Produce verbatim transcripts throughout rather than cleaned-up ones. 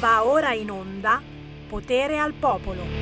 Va ora in onda Potere al Popolo.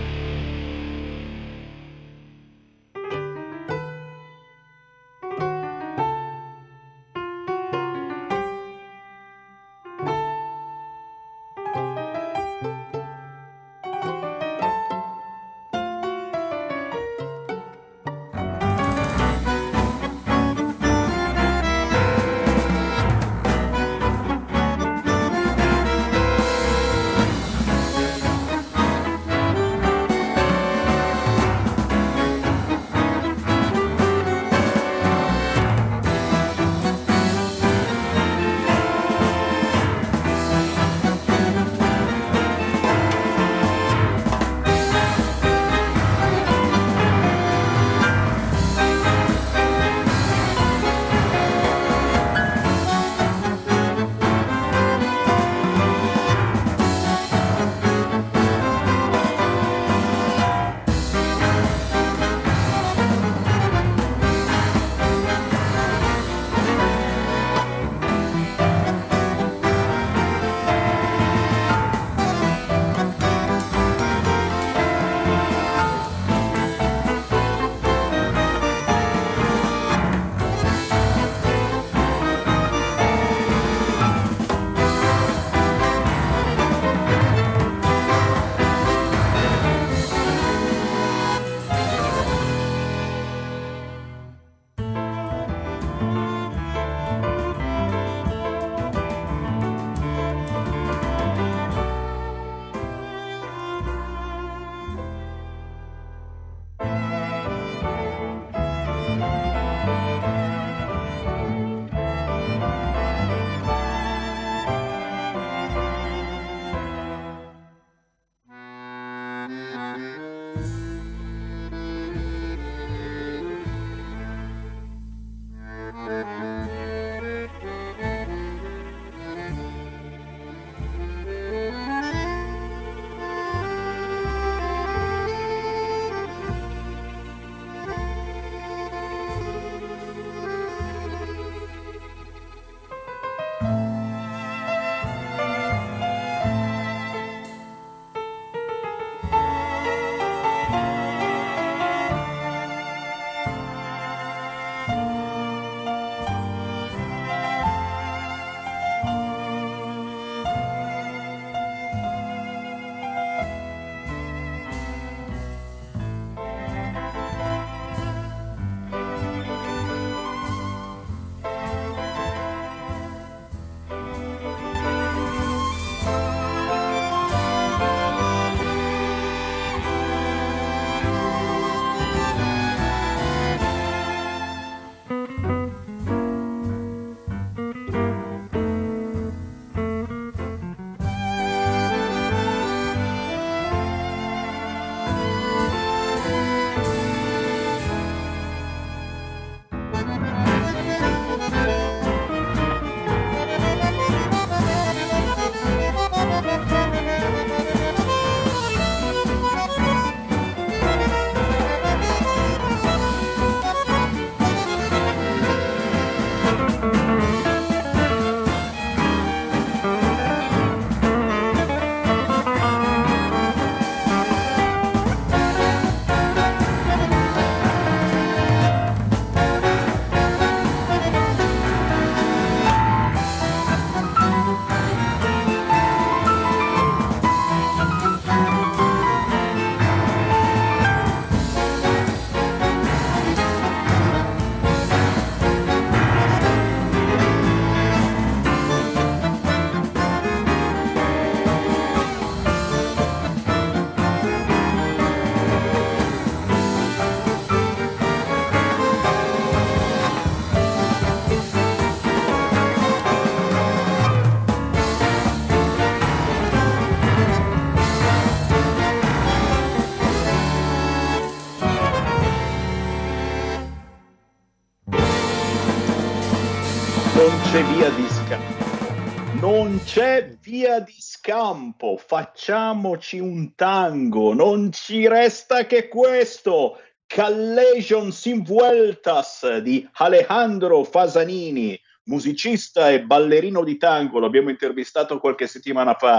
Non c'è via di scampo, non c'è via di scampo, facciamoci un tango, non ci resta che questo, Callejon sin vueltas di Alejandro Fasanini, musicista e ballerino di tango, l'abbiamo intervistato qualche settimana fa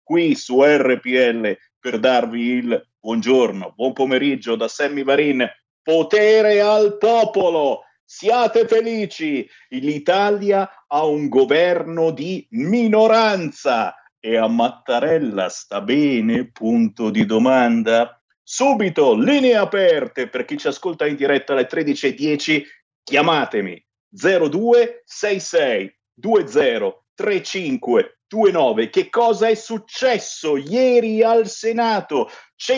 qui su R P L per darvi il buongiorno, buon pomeriggio da Sammy Varin. Potere al popolo, siate felici, l'Italia ha un governo di minoranza e a Mattarella sta bene? Punto di domanda. Subito, linee aperte per chi ci ascolta in diretta alle tredici e dieci, chiamatemi zero due sei sei due zero tre cinque due nove. Che cosa è successo ieri al Senato?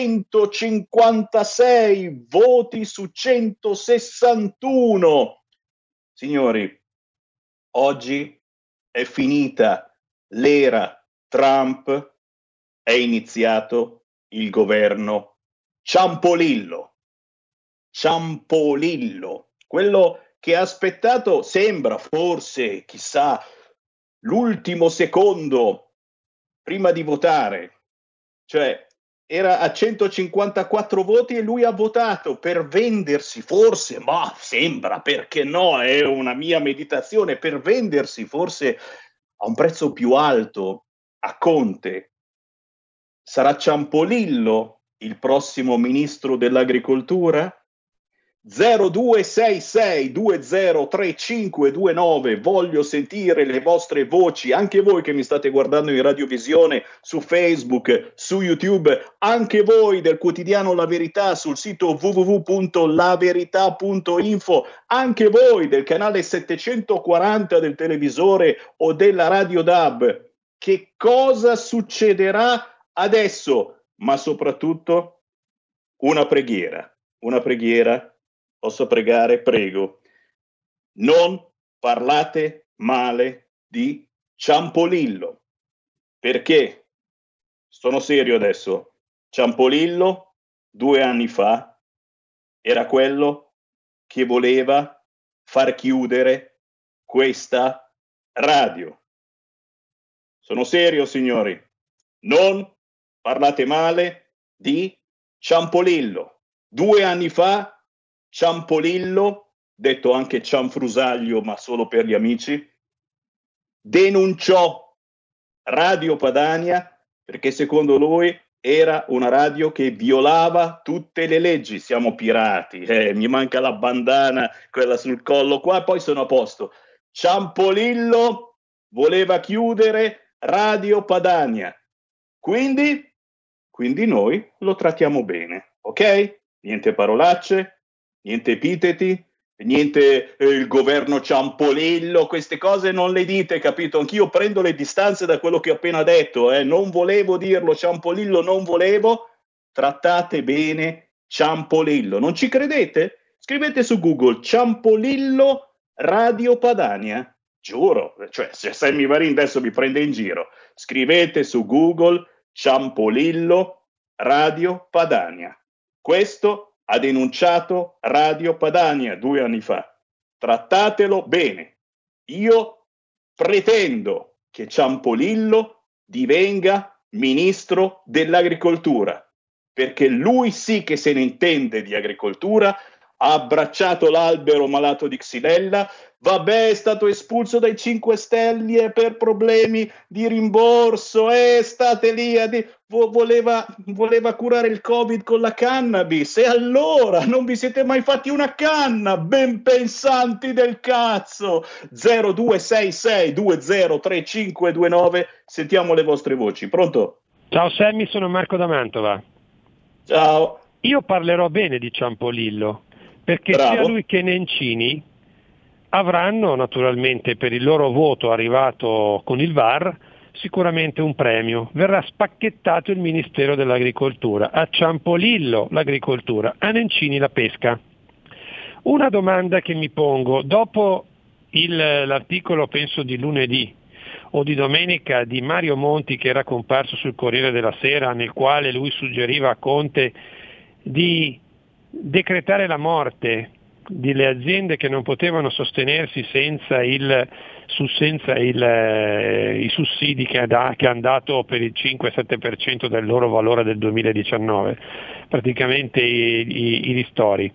centocinquantasei voti su centosessantuno. Signori, oggi è finita l'era Trump, è iniziato il governo Ciampolillo. Ciampolillo, quello che ha aspettato, sembra forse, chissà, l'ultimo secondo prima di votare, cioè era a centocinquantaquattro voti e lui ha votato per vendersi, forse, ma sembra, perché no, è una mia meditazione, per vendersi forse a un prezzo più alto a Conte. Sarà Ciampolillo il prossimo ministro dell'agricoltura? zero due sei sei due zero tre cinque due nove, voglio sentire le vostre voci, anche voi che mi state guardando in radiovisione, su Facebook, su YouTube, anche voi del quotidiano La Verità sul sito w w w punto la verità punto info, anche voi del canale settecentoquaranta del televisore o della Radio D A B. Che cosa succederà adesso? Ma soprattutto una preghiera, una preghiera. Posso pregare? Prego. Non parlate male di Ciampolillo. Perché? Sono serio adesso. Ciampolillo, due anni fa, era quello che voleva far chiudere questa radio. Sono serio, signori. Non parlate male di Ciampolillo. Due anni fa Ciampolillo, detto anche Cianfrusaglio, ma solo per gli amici, denunciò Radio Padania perché secondo lui era una radio che violava tutte le leggi. Siamo pirati, eh, mi manca la bandana, quella sul collo qua, poi sono a posto. Ciampolillo voleva chiudere Radio Padania, quindi, quindi noi lo trattiamo bene, ok? Niente parolacce, niente epiteti, niente eh, il governo Ciampolillo, queste cose non le dite, capito? Anch'io prendo le distanze da quello che ho appena detto, eh. Non volevo dirlo, Ciampolillo non volevo, trattate bene Ciampolillo. Non ci credete? Scrivete su Google Ciampolillo Radio Padania, giuro, cioè se Sammy Varin adesso mi prende in giro, scrivete su Google Ciampolillo Radio Padania. Questo ha denunciato Radio Padania due anni fa. Trattatelo bene. Io pretendo che Ciampolillo divenga ministro dell'agricoltura, perché lui sì che se ne intende di agricoltura, ha abbracciato l'albero malato di Xylella, vabbè è stato espulso dai cinque Stelle per problemi di rimborso, eh, state lì, a di- vo- voleva, voleva curare il Covid con la cannabis, e allora non vi siete mai fatti una canna, ben pensanti del cazzo. Zero due sei sei due zero tre cinque due nove, sentiamo le vostre voci, pronto? Ciao Sammy, sono Marco da Mantova. Ciao. Io parlerò bene di Ciampolillo, perché Bravo. sia lui che Nencini avranno naturalmente per il loro voto arrivato con il V A R sicuramente un premio. Verrà spacchettato il Ministero dell'Agricoltura, a Ciampolillo l'agricoltura, a Nencini la pesca. Una domanda che mi pongo, dopo il, l'articolo penso di lunedì o di domenica di Mario Monti che era comparso sul Corriere della Sera, nel quale lui suggeriva a Conte di decretare la morte delle aziende che non potevano sostenersi senza, il, su, senza il, eh, i sussidi che, da, che hanno dato per il cinque sette per cento del loro valore del duemiladiciannove, praticamente i, i, i ristori.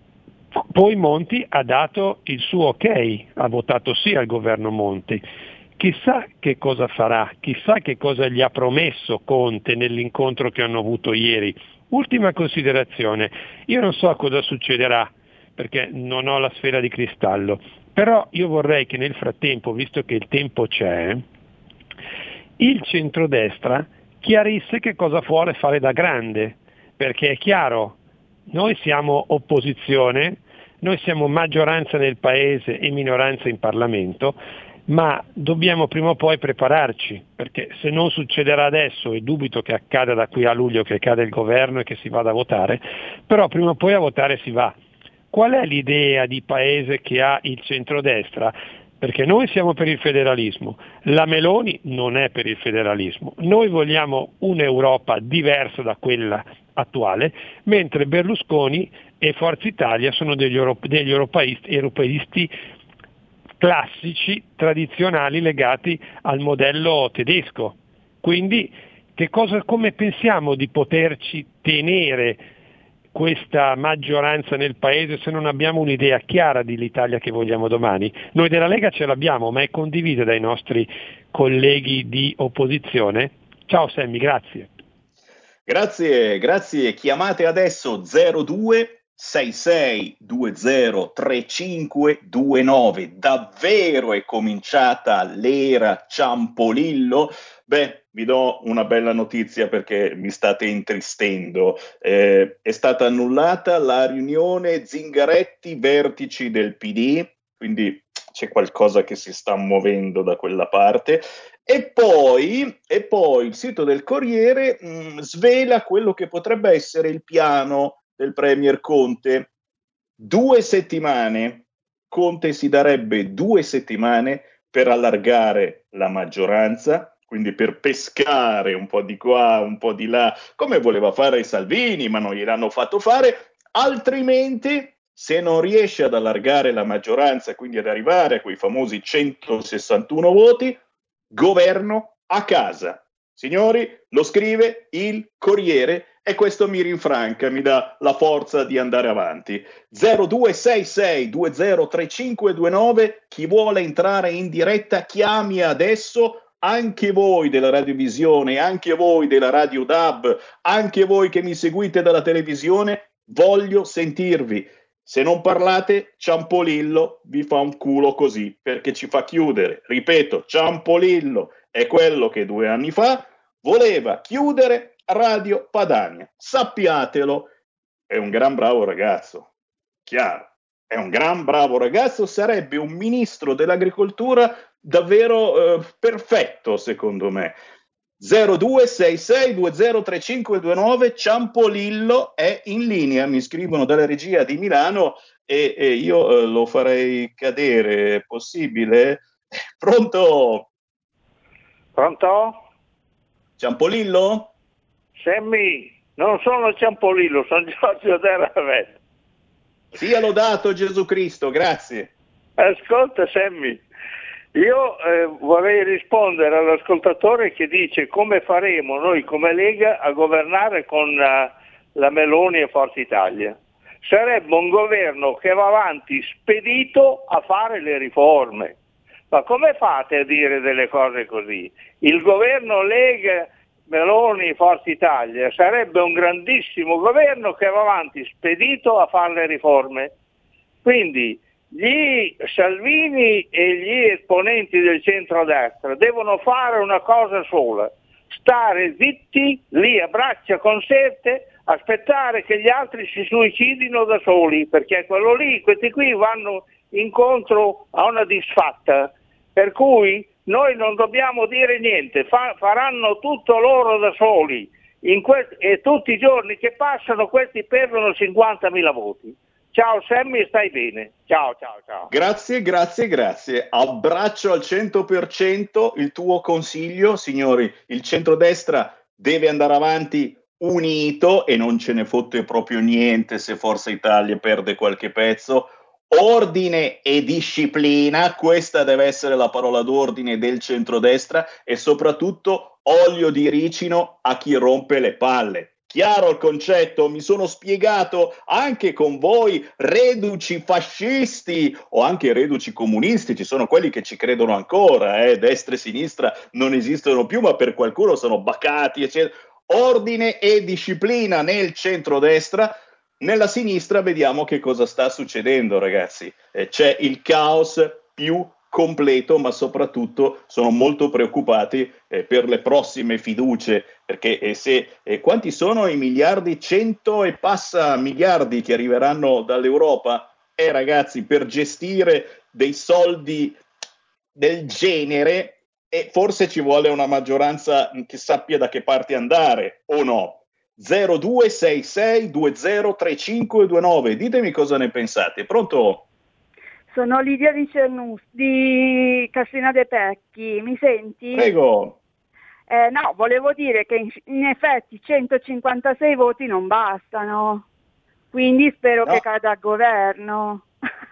Poi Monti ha dato il suo ok, ha votato sì al governo Monti. chissà che cosa farà, chissà che cosa gli ha promesso Conte nell'incontro che hanno avuto ieri. Ultima considerazione, io non so cosa succederà perché non ho la sfera di cristallo, però io vorrei che nel frattempo, visto che il tempo c'è, il centrodestra chiarisse che cosa vuole fare da grande, perché è chiaro, noi siamo opposizione, noi siamo maggioranza nel paese e minoranza in Parlamento, ma dobbiamo prima o poi prepararci, perché se non succederà adesso, e dubito che accada da qui a luglio che cade il governo e che si vada a votare, però prima o poi a votare si va. Qual è l'idea di paese che ha il centrodestra? Perché noi siamo per il federalismo, la Meloni non è per il federalismo, noi vogliamo un'Europa diversa da quella attuale, mentre Berlusconi e Forza Italia sono degli, euro- degli europeisti, europeisti classici, tradizionali, legati al modello tedesco. Quindi che cosa, come pensiamo di poterci tenere questa maggioranza nel paese se non abbiamo un'idea chiara dell'Italia che vogliamo domani? Noi della Lega ce l'abbiamo, ma è condivisa dai nostri colleghi di opposizione? Ciao Sammy, grazie. Grazie, grazie. Chiamate adesso zero due sei sei due zero tre cinque due nove. Davvero è cominciata l'era Ciampolillo? Beh, vi do una bella notizia perché mi state intristendo. Eh, è stata annullata la riunione Zingaretti vertici del P D, quindi c'è qualcosa che si sta muovendo da quella parte. E poi, e poi il sito del Corriere mh, svela quello che potrebbe essere il piano del Premier Conte. Due settimane, Conte si darebbe due settimane per allargare la maggioranza, quindi per pescare un po' di qua, un po' di là, come voleva fare Salvini, ma non gliel'hanno fatto fare, altrimenti se non riesce ad allargare la maggioranza, quindi ad arrivare a quei famosi centosessantuno voti, governo a casa. Signori, lo scrive il Corriere e questo mi rinfranca, mi dà la forza di andare avanti. zero due sei sei due zero tre cinque due nove, chi vuole entrare in diretta chiami adesso, anche voi della radiovisione, anche voi della Radio D A B, anche voi che mi seguite dalla televisione, voglio sentirvi. Se non parlate, Ciampolillo vi fa un culo così, perché ci fa chiudere. Ripeto, Ciampolillo è quello che due anni fa voleva chiudere Radio Padania. Sappiatelo, è un gran bravo ragazzo, chiaro, è un gran bravo ragazzo, sarebbe un ministro dell'agricoltura davvero eh, perfetto secondo me. zero due sei sei due zero tre cinque due nove, Ciampolillo è in linea, mi scrivono dalla regia di Milano e, e io eh, lo farei cadere, è possibile? Pronto? Pronto? Ciampolillo? Sammy, non sono Ciampolillo, sono Giorgio Della Rovere. Sia lodato Gesù Cristo, grazie. Ascolta Sammy, io eh, vorrei rispondere all'ascoltatore che dice come faremo noi come Lega a governare con uh, la Meloni e Forza Italia. Sarebbe un governo che va avanti spedito a fare le riforme. Ma come fate a dire delle cose così? Il governo Lega, Meloni, Forza Italia sarebbe un grandissimo governo che va avanti spedito a fare le riforme. Quindi gli Salvini e gli esponenti del centrodestra devono fare una cosa sola: stare zitti lì a braccia conserte, aspettare che gli altri si suicidino da soli, perché quello lì, questi qui vanno incontro a una disfatta, per cui noi non dobbiamo dire niente, fa, faranno tutto loro da soli, in que- e tutti i giorni che passano questi perdono cinquantamila voti. Ciao Sammy, stai bene. Ciao, ciao, ciao. Grazie, grazie, grazie. Abbraccio al cento per cento il tuo consiglio, signori. Il centrodestra deve andare avanti unito e non ce ne fotte proprio niente se Forza Italia perde qualche pezzo. Ordine e disciplina, questa deve essere la parola d'ordine del centrodestra, e soprattutto olio di ricino a chi rompe le palle. Chiaro il concetto? Mi sono spiegato anche con voi, reduci fascisti o anche reduci comunisti, ci sono quelli che ci credono ancora, eh? Destra e sinistra non esistono più, ma per qualcuno sono bacati, eccetera. Ordine e disciplina nel centrodestra. Nella sinistra vediamo che cosa sta succedendo, ragazzi. Eh, c'è il caos più completo, ma soprattutto sono molto preoccupati eh, per le prossime fiducie, perché eh, se eh, quanti sono i miliardi, cento e passa miliardi che arriveranno dall'Europa? Eh ragazzi, per gestire dei soldi del genere e forse ci vuole una maggioranza che sappia da che parte andare, o no? zero due sei sei due zero tre cinque due nove, ditemi cosa ne pensate. Pronto? Sono Lidia di Cernus, di Cassina de' Pecchi, mi senti? Prego. Eh, no, volevo dire che in, in effetti centocinquantasei voti non bastano, quindi spero No. che cada il governo.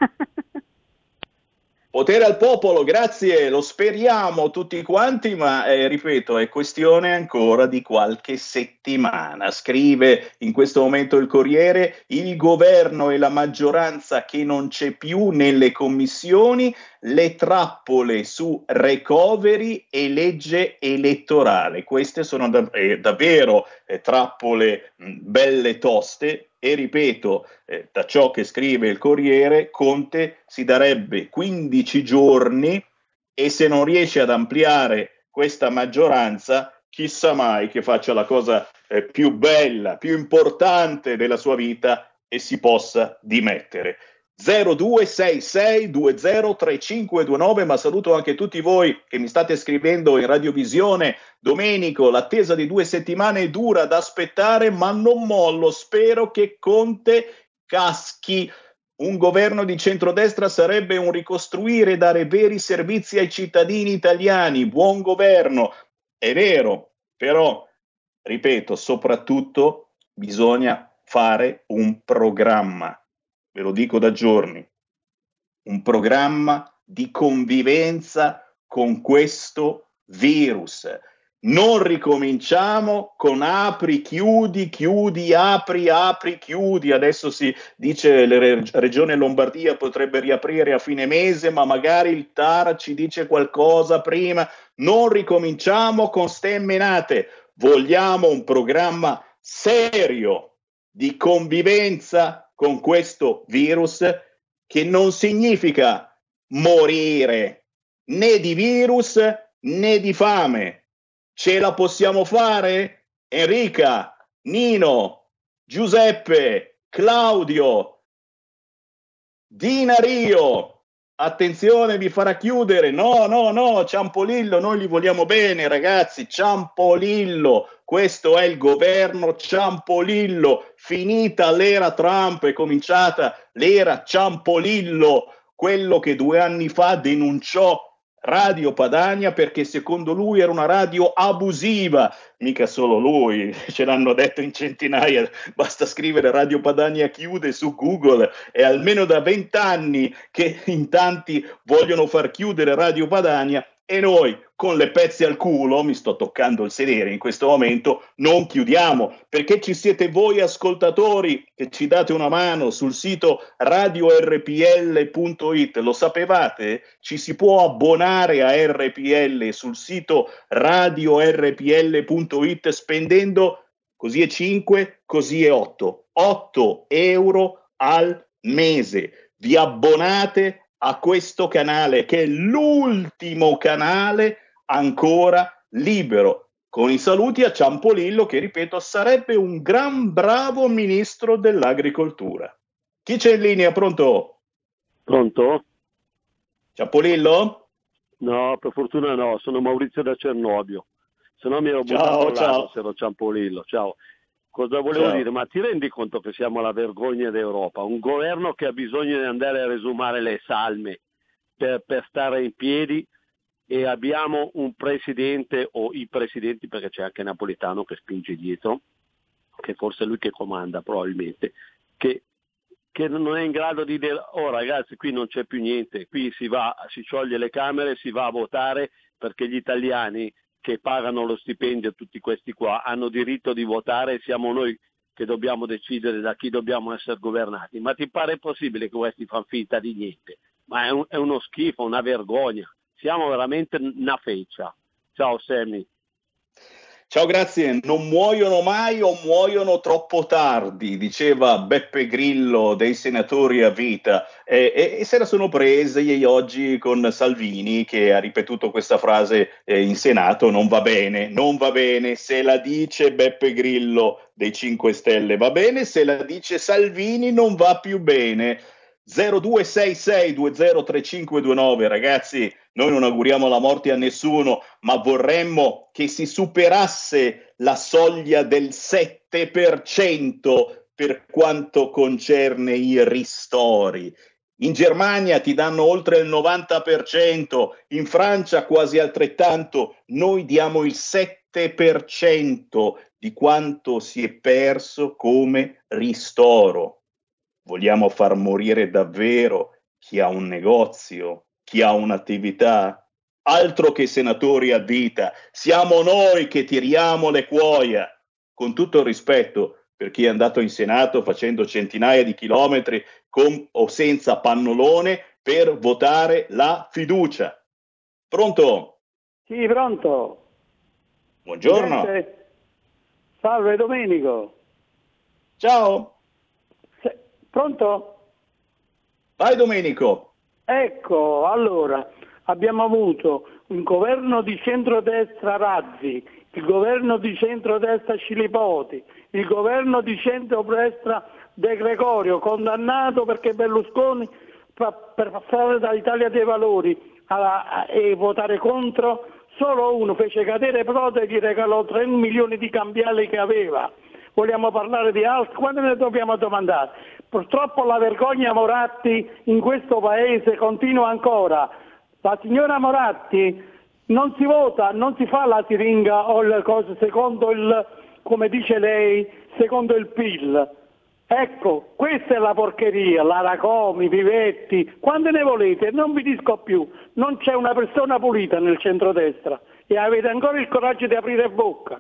Potere al popolo, grazie, lo speriamo tutti quanti, ma eh, ripeto, è questione ancora di qualche settimana. Scrive in questo momento il Corriere, il governo e la maggioranza che non c'è più nelle commissioni, le trappole su recovery e legge elettorale. Queste sono dav- eh, davvero eh, trappole mh, belle toste. E ripeto, eh, da ciò che scrive il Corriere, Conte si darebbe quindici giorni e se non riesce ad ampliare questa maggioranza, chissà mai che faccia la cosa eh, più bella, più importante della sua vita e si possa dimettere. zero due sei sei due zero tre cinque due nove, ma saluto anche tutti voi che mi state scrivendo in radiovisione. Domenico, l'attesa di due settimane è dura da aspettare, ma non mollo. Spero che Conte caschi. Un governo di centrodestra sarebbe un ricostruire e dare veri servizi ai cittadini italiani. Buon governo. È vero, però, ripeto, soprattutto bisogna fare un programma. Ve lo dico da giorni. Un programma di convivenza con questo virus. Non ricominciamo con apri, chiudi, chiudi, apri, apri, chiudi. Adesso si dice la regione Lombardia potrebbe riaprire a fine mese, ma magari il T A R ci dice qualcosa prima. Non ricominciamo con ste menate. Vogliamo un programma serio di convivenza con questo virus, che non significa morire né di virus né di fame. Ce la possiamo fare? Enrica, Nino, Giuseppe, Claudio, Dina Rio, attenzione, vi farà chiudere. No, no, no, Ciampolillo, noi li vogliamo bene, ragazzi. Ciampolillo, questo è il governo Ciampolillo. Finita l'era Trump, è cominciata l'era Ciampolillo, quello che due anni fa denunciò Radio Padania perché secondo lui era una radio abusiva. Mica solo lui, ce l'hanno detto in centinaia, basta scrivere Radio Padania chiude su Google, è almeno da vent'anni che in tanti vogliono far chiudere Radio Padania e noi con le pezze al culo, mi sto toccando il sedere in questo momento, non chiudiamo, perché ci siete voi ascoltatori che ci date una mano sul sito radio R P L punto it, lo sapevate? Ci si può abbonare a R P L sul sito radio R P L punto it spendendo, così è cinque, così è otto, otto euro al mese. Vi abbonate a questo canale che è l'ultimo canale ancora libero, con i saluti a Ciampolillo che, ripeto, sarebbe un gran bravo ministro dell'agricoltura. Chi c'è in linea? Pronto? Pronto? Ciampolillo? No, per fortuna no, sono Maurizio da Cernobbio, se no mi ero Ciao, buttato ciao. là se ero Ciampolillo. Ciao. Cosa volevo Ciao. dire? Ma ti rendi conto che siamo la vergogna d'Europa? Un governo che ha bisogno di andare a resumare le salme per, per stare in piedi, e abbiamo un presidente o i presidenti, perché c'è anche Napolitano che spinge dietro, che forse è lui che comanda probabilmente, che, che non è in grado di dire oh ragazzi qui non c'è più niente, qui si va, si scioglie le Camere, si va a votare perché gli italiani che pagano lo stipendio, tutti questi qua, hanno diritto di votare e siamo noi che dobbiamo decidere da chi dobbiamo essere governati. Ma ti pare possibile che questi fanno finta di niente? Ma è, un, è uno schifo, una vergogna. Siamo veramente una feccia. Ciao Sammy. Ciao, grazie. Non muoiono mai o muoiono troppo tardi, diceva Beppe Grillo dei senatori a vita, e, e, e se la sono presi oggi con Salvini che ha ripetuto questa frase eh, in Senato: non va bene, non va bene, se la dice Beppe Grillo dei cinque Stelle va bene, se la dice Salvini non va più bene. zero due sei sei due zero tre cinque due nove, ragazzi, noi non auguriamo la morte a nessuno, ma vorremmo che si superasse la soglia del sette per cento per quanto concerne i ristori. In Germania ti danno oltre il novanta per cento, in Francia quasi altrettanto, noi diamo il sette per cento di quanto si è perso come ristoro. Vogliamo far morire davvero chi ha un negozio, chi ha un'attività? Altro che senatori a vita, siamo noi che tiriamo le cuoia. Con tutto il rispetto per chi è andato in Senato facendo centinaia di chilometri con o senza pannolone per votare la fiducia. Pronto? Sì, pronto. Buongiorno. Presidente. Salve Domenico. Ciao. Pronto? Vai Domenico. Ecco, allora, abbiamo avuto un governo di centrodestra Razzi, il governo di centrodestra Scilipoti, il governo di centrodestra De Gregorio, condannato perché Berlusconi per fare dall'Italia dei Valori alla, a, e votare contro, solo uno fece cadere Prodi e gli regalò tre milioni di cambiali che aveva. Vogliamo parlare di altro? Quando ne dobbiamo domandare? Purtroppo la vergogna Moratti in questo paese continua ancora. La signora Moratti non si vota, non si fa la siringa o le cose secondo il, come dice lei, secondo il P I L. Ecco, questa è la porcheria, la Racomi, Pivetti, quante ne volete? Non vi dico più, non c'è una persona pulita nel centrodestra e avete ancora il coraggio di aprire bocca.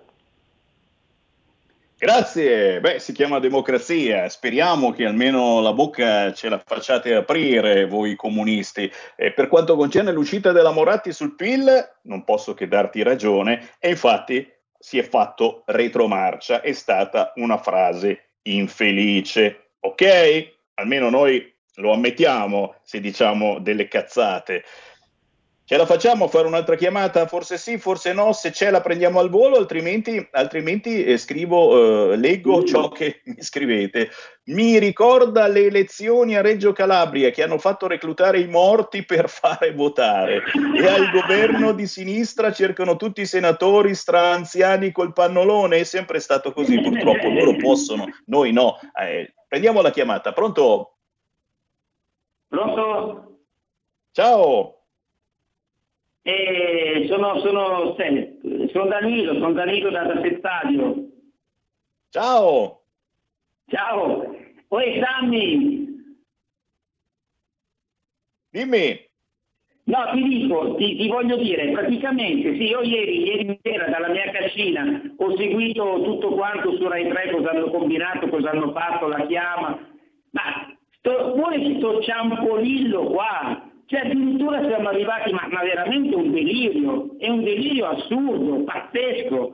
Grazie, beh, si chiama democrazia, speriamo che almeno la bocca ce la facciate aprire voi comunisti. E per quanto concerne l'uscita della Moratti sul P I L, non posso che darti ragione, e infatti si è fatto retromarcia, è stata una frase infelice, ok? Almeno noi lo ammettiamo se diciamo delle cazzate. Ce la facciamo a fare un'altra chiamata? Forse sì, forse no, se ce la prendiamo al volo, altrimenti, altrimenti eh, scrivo, eh, leggo ciò che mi scrivete. Mi ricorda le elezioni a Reggio Calabria che hanno fatto reclutare i morti per fare votare, e al governo di sinistra cercano tutti i senatori straanziani col pannolone, è sempre stato così purtroppo, loro possono, noi no. Eh, prendiamo la chiamata, pronto? Pronto? Ciao! Eh, sono, sono, sono Danilo, sono Danilo da Sassettadio. Ciao! Ciao! Oi Sammy! Dimmi! No, ti dico, ti, ti voglio dire, praticamente, sì, io ieri, ieri sera dalla mia cascina ho seguito tutto quanto su Rai tre, cosa hanno combinato, cosa hanno fatto, la chiama, ma sto, poi sto ciampolillo qua, cioè addirittura siamo arrivati, ma, ma veramente un delirio, è un delirio assurdo, pazzesco.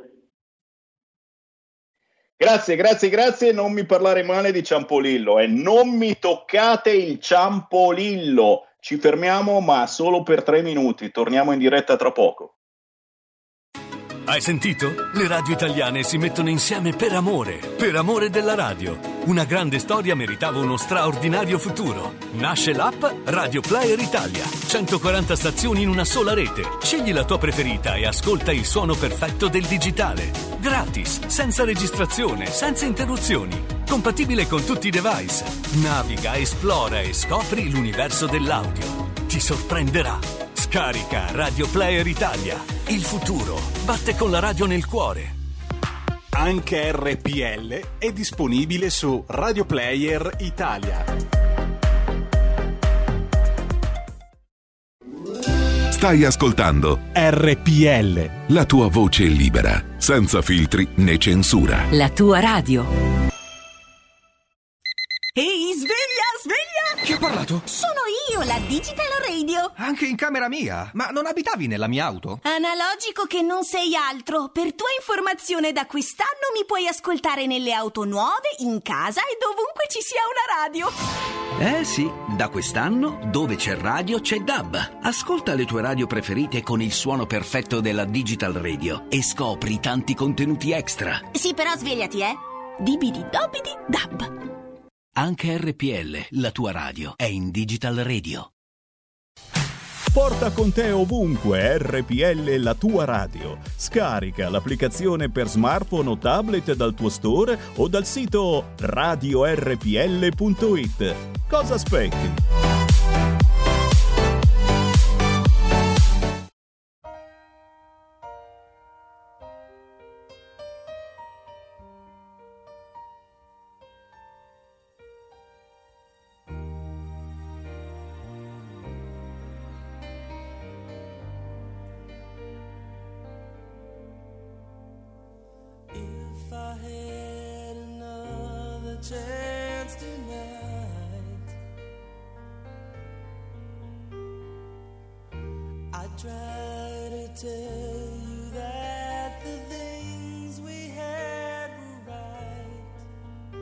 Grazie, grazie, grazie, non mi parlare male di Ciampolillo, eh. Non mi toccate il Ciampolillo, ci fermiamo ma solo per tre minuti, torniamo in diretta tra poco. Hai sentito? Le radio italiane si mettono insieme per amore, per amore della radio. Una grande storia meritava uno straordinario futuro. Nasce l'app Radio Player Italia. centoquaranta stazioni in una sola rete. Scegli la tua preferita e ascolta il suono perfetto del digitale. Gratis, senza registrazione, senza interruzioni. Compatibile con tutti i device. Naviga, esplora e scopri l'universo dell'audio. Ti sorprenderà. Scarica Radio Player Italia. Il futuro batte con la radio nel cuore. Anche R P L è disponibile su Radio Player Italia. Stai ascoltando R P L, la tua voce libera, senza filtri né censura. La tua radio. Ehi, sveglia, sveglia! Chi ha parlato? Sono io, la Digital Radio. Anche in camera mia? Ma non abitavi nella mia auto? Analogico che non sei altro. Per tua informazione, da quest'anno mi puoi ascoltare nelle auto nuove, in casa e dovunque ci sia una radio. Eh sì, da quest'anno dove c'è radio c'è D A B. Ascolta le tue radio preferite con il suono perfetto della Digital Radio e scopri tanti contenuti extra. Sì, però svegliati, eh. Dibidi dobidi D A B. Anche R P L, la tua radio, è in Digital Radio. Porta con te ovunque R P L, la tua radio. Scarica l'applicazione per smartphone o tablet dal tuo store o dal sito radio r p l punto i t. Cosa aspetti? Chance tonight, I try to tell you that the things we had were right.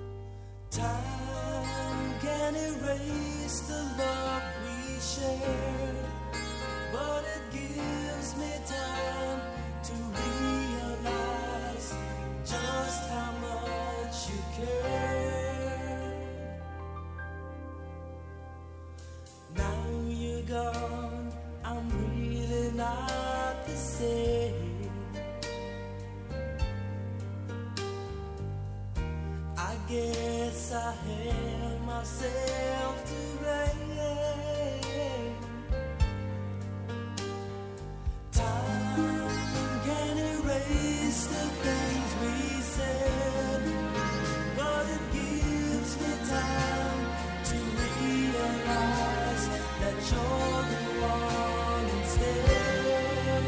Time can erase the love we shared, but it gives me time to realize just how much you care. Now you're gone, I'm really not the same. I guess I held myself to blame. Time can erase the things we said, but it gives me time to realize that you're the one instead.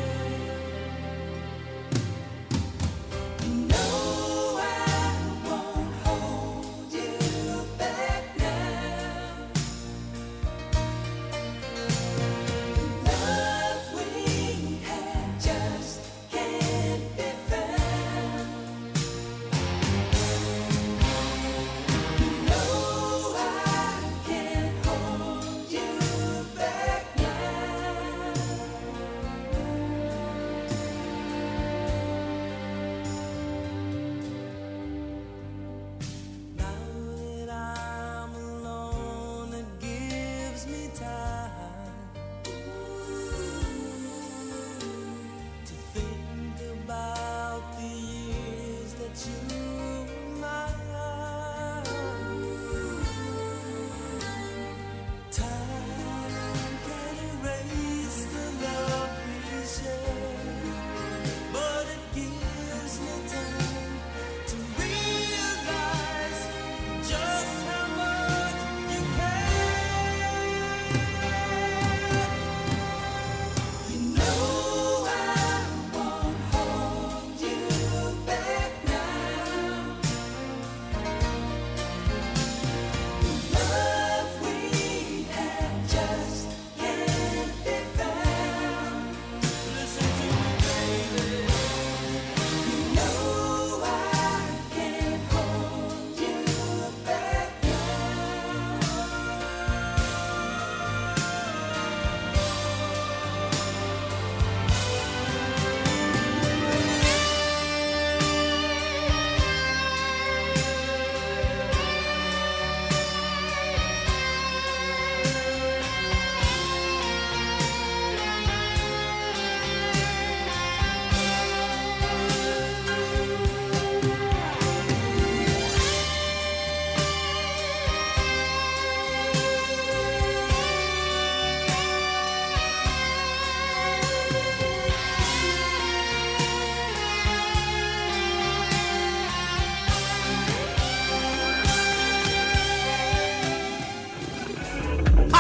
No, I won't hold you back now.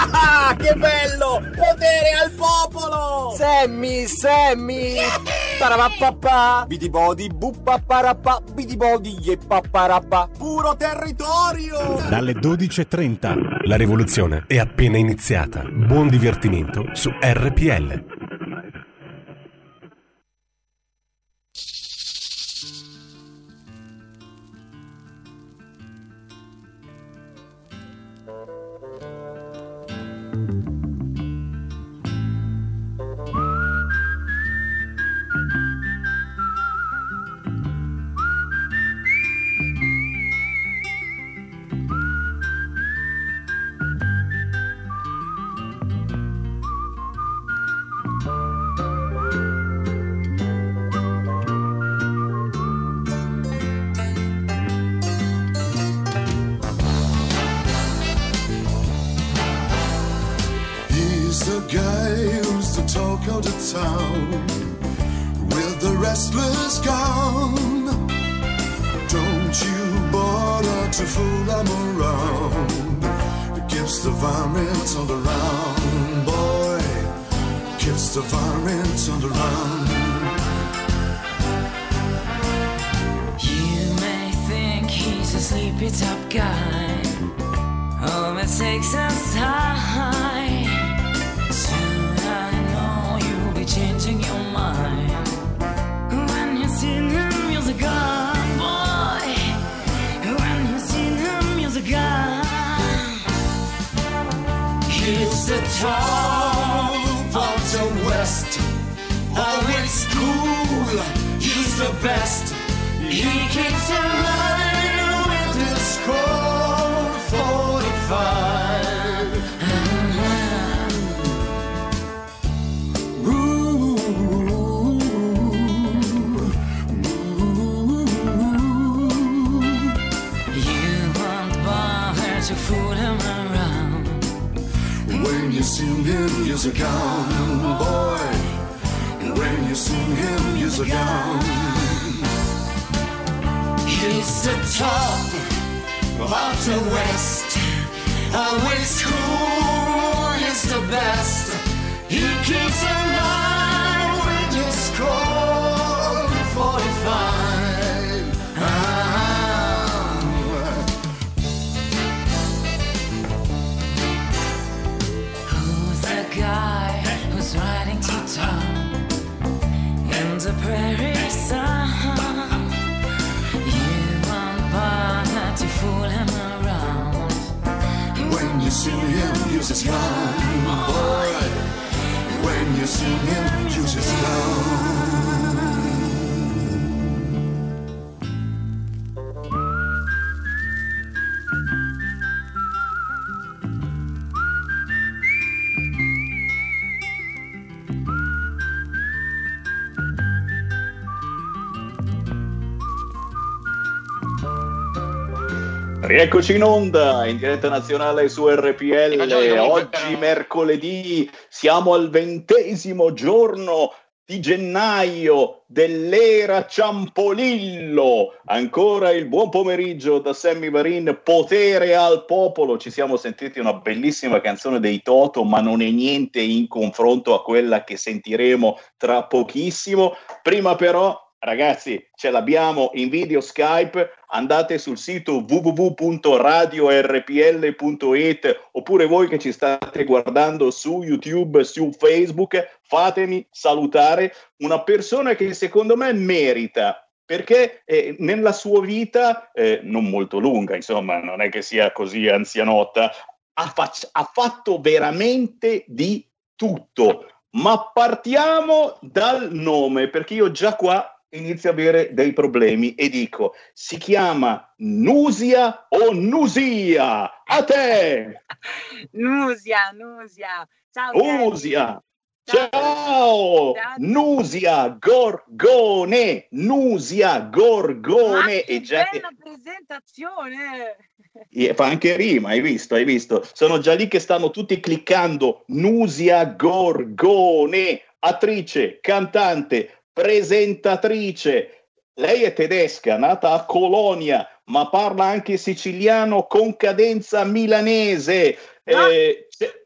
Ah, che bello! Potere al popolo! Sammy, Sammy! Parapapà! Bidibodi, buppaparapà, bidibodi, yeppapparapà! Puro territorio! Dalle dodici e trenta. La rivoluzione è appena iniziata. Buon divertimento su R P L. The guy who's the talk of the town with the restless gown. Don't you bother to fool him around. It keeps the varmints on the round, boy. Keeps the varmints on the round. You may think he's a sleepy top guy. Oh, it takes us time. Soon I know you'll be changing your mind when you see him, you're the god, boy. When you see him, you're the god. He's the top of the West, always cool. He's the best. He keeps in line with his score forty-five. To fool him around. When you see him, use a gun, boy. When you see him, use a gun. He's the top of the West, always cool, he's the best. He keeps in line with his score forty-five. Ah. Guy who's riding to town in the prairie sun. You won't bother to fool him around. When you see him, use his gun, boy. When you see him, use his gun. Rieccoci in onda, in diretta nazionale su R P L. Oggi mercoledì siamo al ventesimo giorno di gennaio dell'era Ciampolillo. Ancora il buon pomeriggio da Sammy Varin, potere al popolo. Ci siamo sentiti una bellissima canzone dei Toto, ma non è niente in confronto a quella che sentiremo tra pochissimo. Prima però, ragazzi, ce l'abbiamo in video Skype. Andate sul sito w w w punto radio r p l punto i t oppure voi che ci state guardando su YouTube, su Facebook, fatemi salutare una persona che secondo me merita, perché eh, nella sua vita, eh, non molto lunga, insomma, non è che sia così anzianotta, ha, fac- ha fatto veramente di tutto. Ma partiamo dal nome, perché io già qua inizio a avere dei problemi e dico: si chiama Nusia o Nusia? A te! Nusia, Nusia. Ciao. Nusia. Ciao. Ciao. Nusia Gorgone. Nusia Gorgone. Che e già bella che... presentazione. E fa anche rima, hai visto, hai visto? Sono già lì che stanno tutti cliccando. Nusia Gorgone, attrice, cantante, presentatrice. Lei è tedesca, nata a Colonia, ma parla anche siciliano con cadenza milanese. No. Eh, se,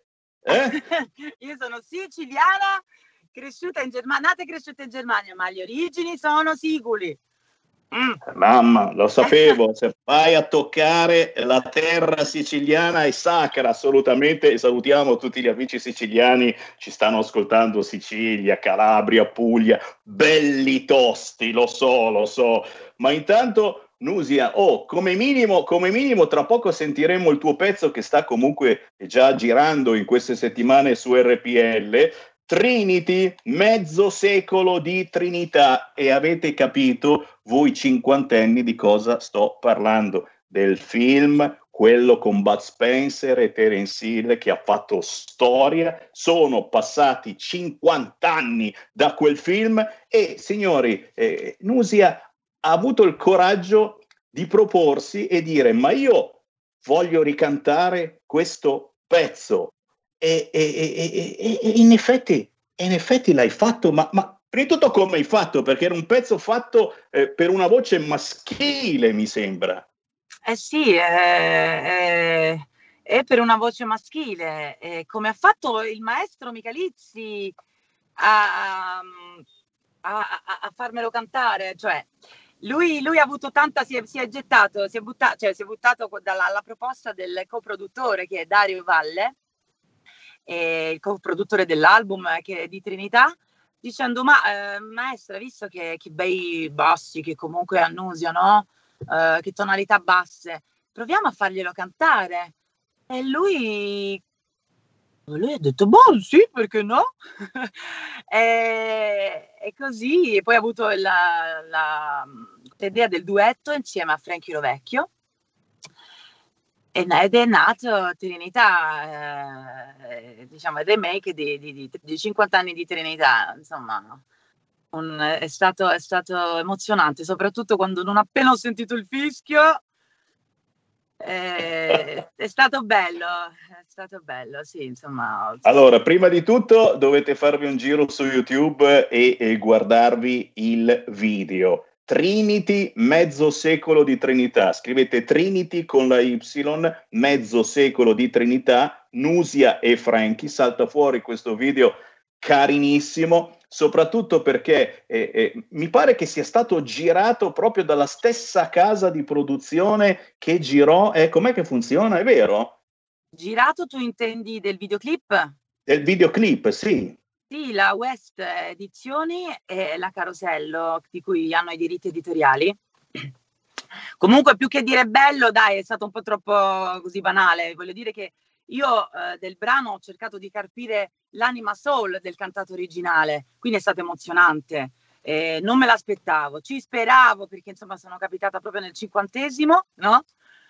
Eh? Io sono siciliana, cresciuta in Germania, nata e cresciuta in Germania, ma le origini sono siculi. Mm. Mamma, lo sapevo, se vai a toccare la terra siciliana è sacra, assolutamente, e salutiamo tutti gli amici siciliani, ci stanno ascoltando Sicilia, Calabria, Puglia, belli tosti, lo so, lo so, ma intanto Nusia, oh, come minimo, come minimo tra poco sentiremo il tuo pezzo che sta comunque già girando in queste settimane su R P L, Trinity, mezzo secolo di Trinità, e avete capito voi cinquantenni di cosa sto parlando, del film, quello con Bud Spencer e Terence Hill che ha fatto storia. Sono passati cinquanta anni da quel film e, signori, eh, Nusia ha avuto il coraggio di proporsi e dire: ma io voglio ricantare questo pezzo. E, e, e, e, e in effetti, in effetti l'hai fatto, ma, ma prima di tutto come hai fatto? Perché era un pezzo fatto eh, per una voce maschile, mi sembra. Eh sì, è, è, è per una voce maschile, è come ha fatto il maestro Michalizzi a, a, a, a farmelo cantare, cioè lui, lui ha avuto tanta, si è, si è gettato, si è buttato, cioè si è buttato dalla alla proposta del coproduttore che è Dario Valle, il coproduttore dell'album che è di Trinità, dicendo: ma eh, maestra, visto che, che bei bassi che comunque annusiano, eh, che tonalità basse, proviamo a farglielo cantare. E lui lui ha detto: boh, sì, perché no? e, e così, e poi ha avuto la, la, l'idea del duetto insieme a Frankie Rovecchio. Ed è nato Trinità, eh, diciamo il remake di, di, di, di cinquanta anni di Trinità, insomma un, è, stato, è stato emozionante, soprattutto quando non appena ho sentito il fischio, eh, è stato bello, è stato bello, sì, insomma. Allora, prima di tutto dovete farvi un giro su YouTube e, e guardarvi il video. Trinity, mezzo secolo di Trinità. Scrivete Trinity con la Y, mezzo secolo di Trinità, Nusia e Frankie. Salta fuori questo video carinissimo, soprattutto perché eh, eh, mi pare che sia stato girato proprio dalla stessa casa di produzione che girò. Eh, com'è che funziona? È vero? Girato, tu intendi del videoclip? Del videoclip, sì. Sì, la West Edizioni e la Carosello, di cui hanno i diritti editoriali. Comunque, più che dire bello, dai, è stato un po' troppo così banale. Voglio dire che io eh, del brano ho cercato di carpire l'anima soul del cantato originale, quindi è stato emozionante. Eh, non me l'aspettavo, ci speravo, perché insomma sono capitata proprio nel cinquantesimo, no?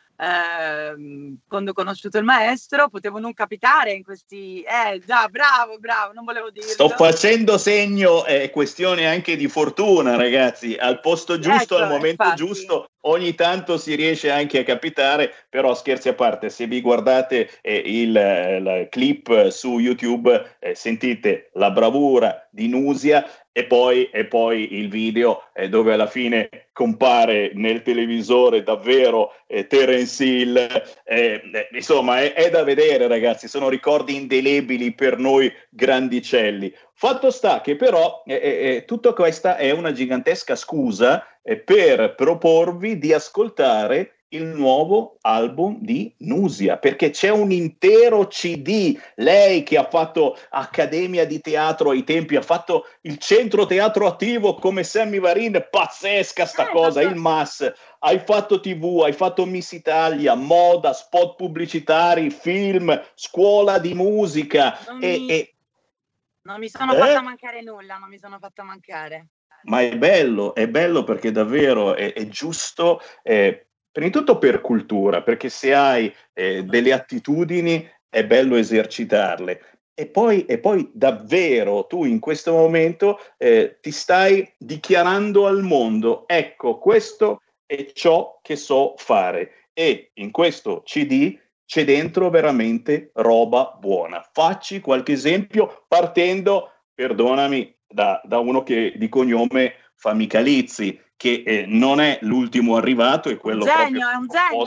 Eh, quando ho conosciuto il maestro potevo non capitare in questi eh già bravo bravo non volevo dirlo. Sto facendo segno, è questione anche di fortuna, ragazzi, al posto giusto, ecco, al momento infatti. Giusto, ogni tanto si riesce anche a capitare, però scherzi a parte, se vi guardate eh, il, il clip su YouTube eh, sentite la bravura di Nusia. E poi, e poi il video eh, dove alla fine compare nel televisore davvero eh, Terence Hill, eh, eh, insomma è, è da vedere, ragazzi, sono ricordi indelebili per noi grandicelli. Fatto sta che però eh, eh, tutta questa è una gigantesca scusa eh, per proporvi di ascoltare il nuovo album di Nusia, perché c'è un intero C D. Lei che ha fatto accademia di teatro ai tempi, ha fatto il centro teatro attivo come Sammy Varin, pazzesca sta eh, cosa, il M A S, hai fatto tivù, hai fatto Miss Italia, moda, spot pubblicitari, film, scuola di musica non e, mi, e... non mi sono eh? fatta mancare nulla, non mi sono fatta mancare. Ma è bello, è bello perché davvero è, è giusto, eh, prima di tutto per cultura, perché se hai eh, delle attitudini è bello esercitarle. E poi, e poi davvero tu in questo momento eh, ti stai dichiarando al mondo: ecco, questo è ciò che so fare. E in questo C D c'è dentro veramente roba buona. Facci qualche esempio partendo, perdonami, da, da uno che di cognome fa Michalizzi, che eh, non è l'ultimo arrivato, è quello un genio, proprio è un genio,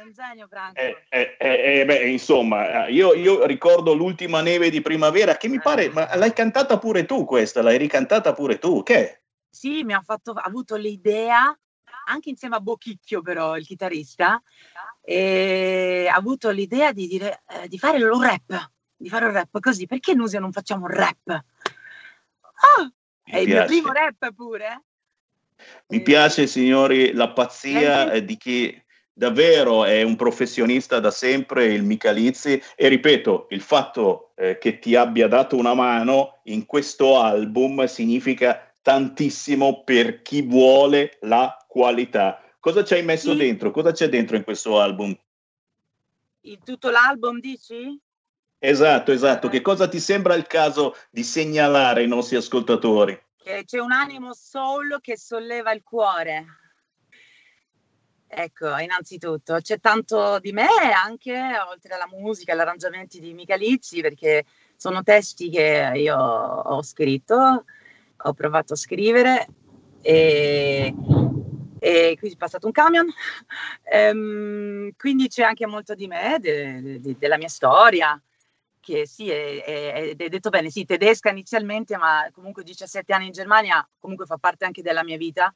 un genio Franco. Eh, eh, eh, beh, insomma, io, io ricordo l'ultima neve di primavera, che mi pare, ma l'hai cantata pure tu questa, l'hai ricantata pure tu, che? Sì, mi ha fatto, ha avuto l'idea, anche insieme a Bochicchio però, il chitarrista, e ha avuto l'idea di dire, eh, di fare un rap, di fare un rap così, perché Nusia non facciamo un rap? Oh, è il mio primo rap pure. Mi piace, signori, la pazzia eh, di chi davvero è un professionista da sempre, il Micalizzi, e ripeto, il fatto eh, che ti abbia dato una mano in questo album significa tantissimo per chi vuole la qualità. Cosa ci hai messo Sì. dentro? Cosa c'è dentro in questo album? In tutto l'album dici? Esatto, esatto. Che cosa ti sembra il caso di segnalare ai nostri ascoltatori? Che c'è un animo soul che solleva il cuore. Ecco, innanzitutto c'è tanto di me anche, oltre alla musica, agli arrangiamenti di Micalizzi, perché sono testi che io ho scritto, ho provato a scrivere e, e qui è passato un camion. Ehm, quindi c'è anche molto di me, de, de, della mia storia, che sì, è, è, è detto bene, sì, tedesca inizialmente, ma comunque diciassette anni in Germania, comunque fa parte anche della mia vita.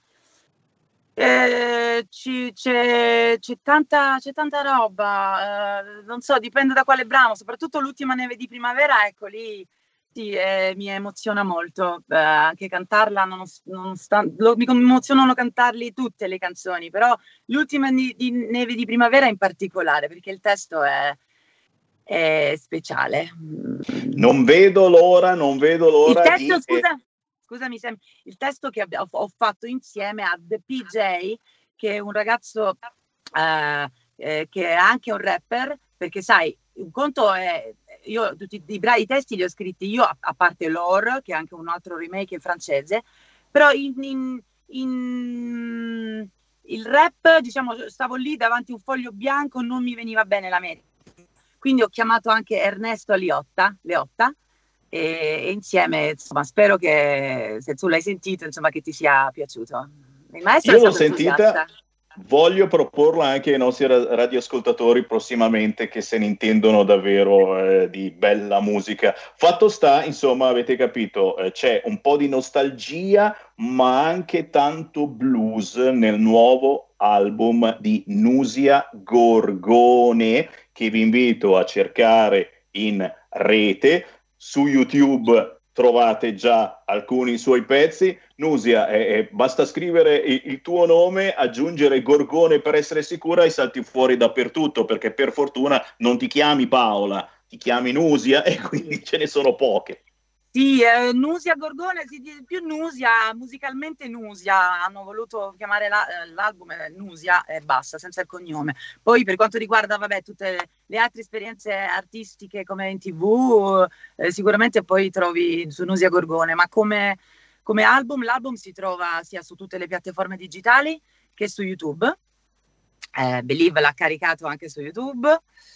Eh, ci, c'è, c'è, tanta, c'è tanta roba, eh, non so, dipende da quale brano, soprattutto l'ultima neve di primavera, ecco lì sì, eh, mi emoziona molto, eh, anche cantarla, non, non sta, lo, mi emozionano cantarli tutte le canzoni, però l'ultima di, di neve di primavera in particolare, perché il testo è, è speciale. Non vedo l'ora, non vedo l'ora il testo, di... scusa, scusami Sam, il testo che abbia, ho, ho fatto insieme a The P J, che è un ragazzo eh, eh, che è anche un rapper, perché sai, un conto è, io tutti i, bra- i testi li ho scritti io, a, a parte L'Or, che è anche un altro remake in francese, però in, in, in il rap, diciamo, stavo lì davanti a un foglio bianco, non mi veniva bene la metrica, quindi ho chiamato anche Ernesto Liotta, Leotta, e, e insieme, insomma, spero che se tu l'hai sentito, insomma, che ti sia piaciuto. Il maestro Io è l'ho stato sentita, entusiasta. voglio proporla anche ai nostri ra- radioascoltatori prossimamente, che se ne intendono davvero eh, di bella musica. Fatto sta, insomma, avete capito, eh, c'è un po' di nostalgia, ma anche tanto blues nel nuovo album di Nusia Gorgone, che vi invito a cercare in rete. Su YouTube trovate già alcuni suoi pezzi. Nusia, eh, eh, basta scrivere il, il tuo nome, aggiungere Gorgone per essere sicura e salti fuori dappertutto, perché per fortuna non ti chiami Paola, ti chiami Nusia e quindi ce ne sono poche. Sì, eh, Nusia Gorgone, si dice più Nusia, musicalmente Nusia, hanno voluto chiamare la, l'album Nusia e basta, senza il cognome. Poi per quanto riguarda, vabbè, tutte le altre esperienze artistiche come in tivù, eh, sicuramente poi trovi su Nusia Gorgone, ma come, come album, l'album si trova sia su tutte le piattaforme digitali che su YouTube. Eh, Believe l'ha caricato anche su YouTube.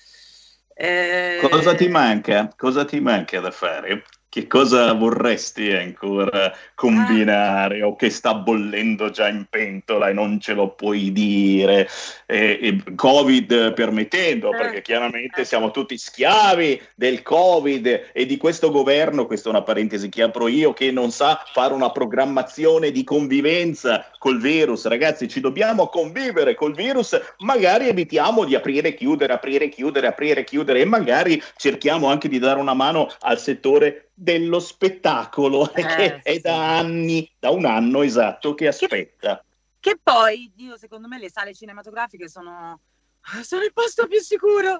Eh... Cosa ti manca? Cosa ti manca da fare? Che cosa vorresti ancora combinare o che sta bollendo già in pentola e non ce lo puoi dire? E, e Covid permettendo, perché chiaramente siamo tutti schiavi del Covid e di questo governo, questa è una parentesi che apro io, che non sa fare una programmazione di convivenza col virus. Ragazzi, ci dobbiamo convivere col virus, magari evitiamo di aprire, chiudere, aprire, chiudere, aprire, chiudere e magari cerchiamo anche di dare una mano al settore dello spettacolo, eh, che è da anni, da un anno esatto, che aspetta. Che, che poi, Dio, secondo me le sale cinematografiche sono, sono il posto più sicuro.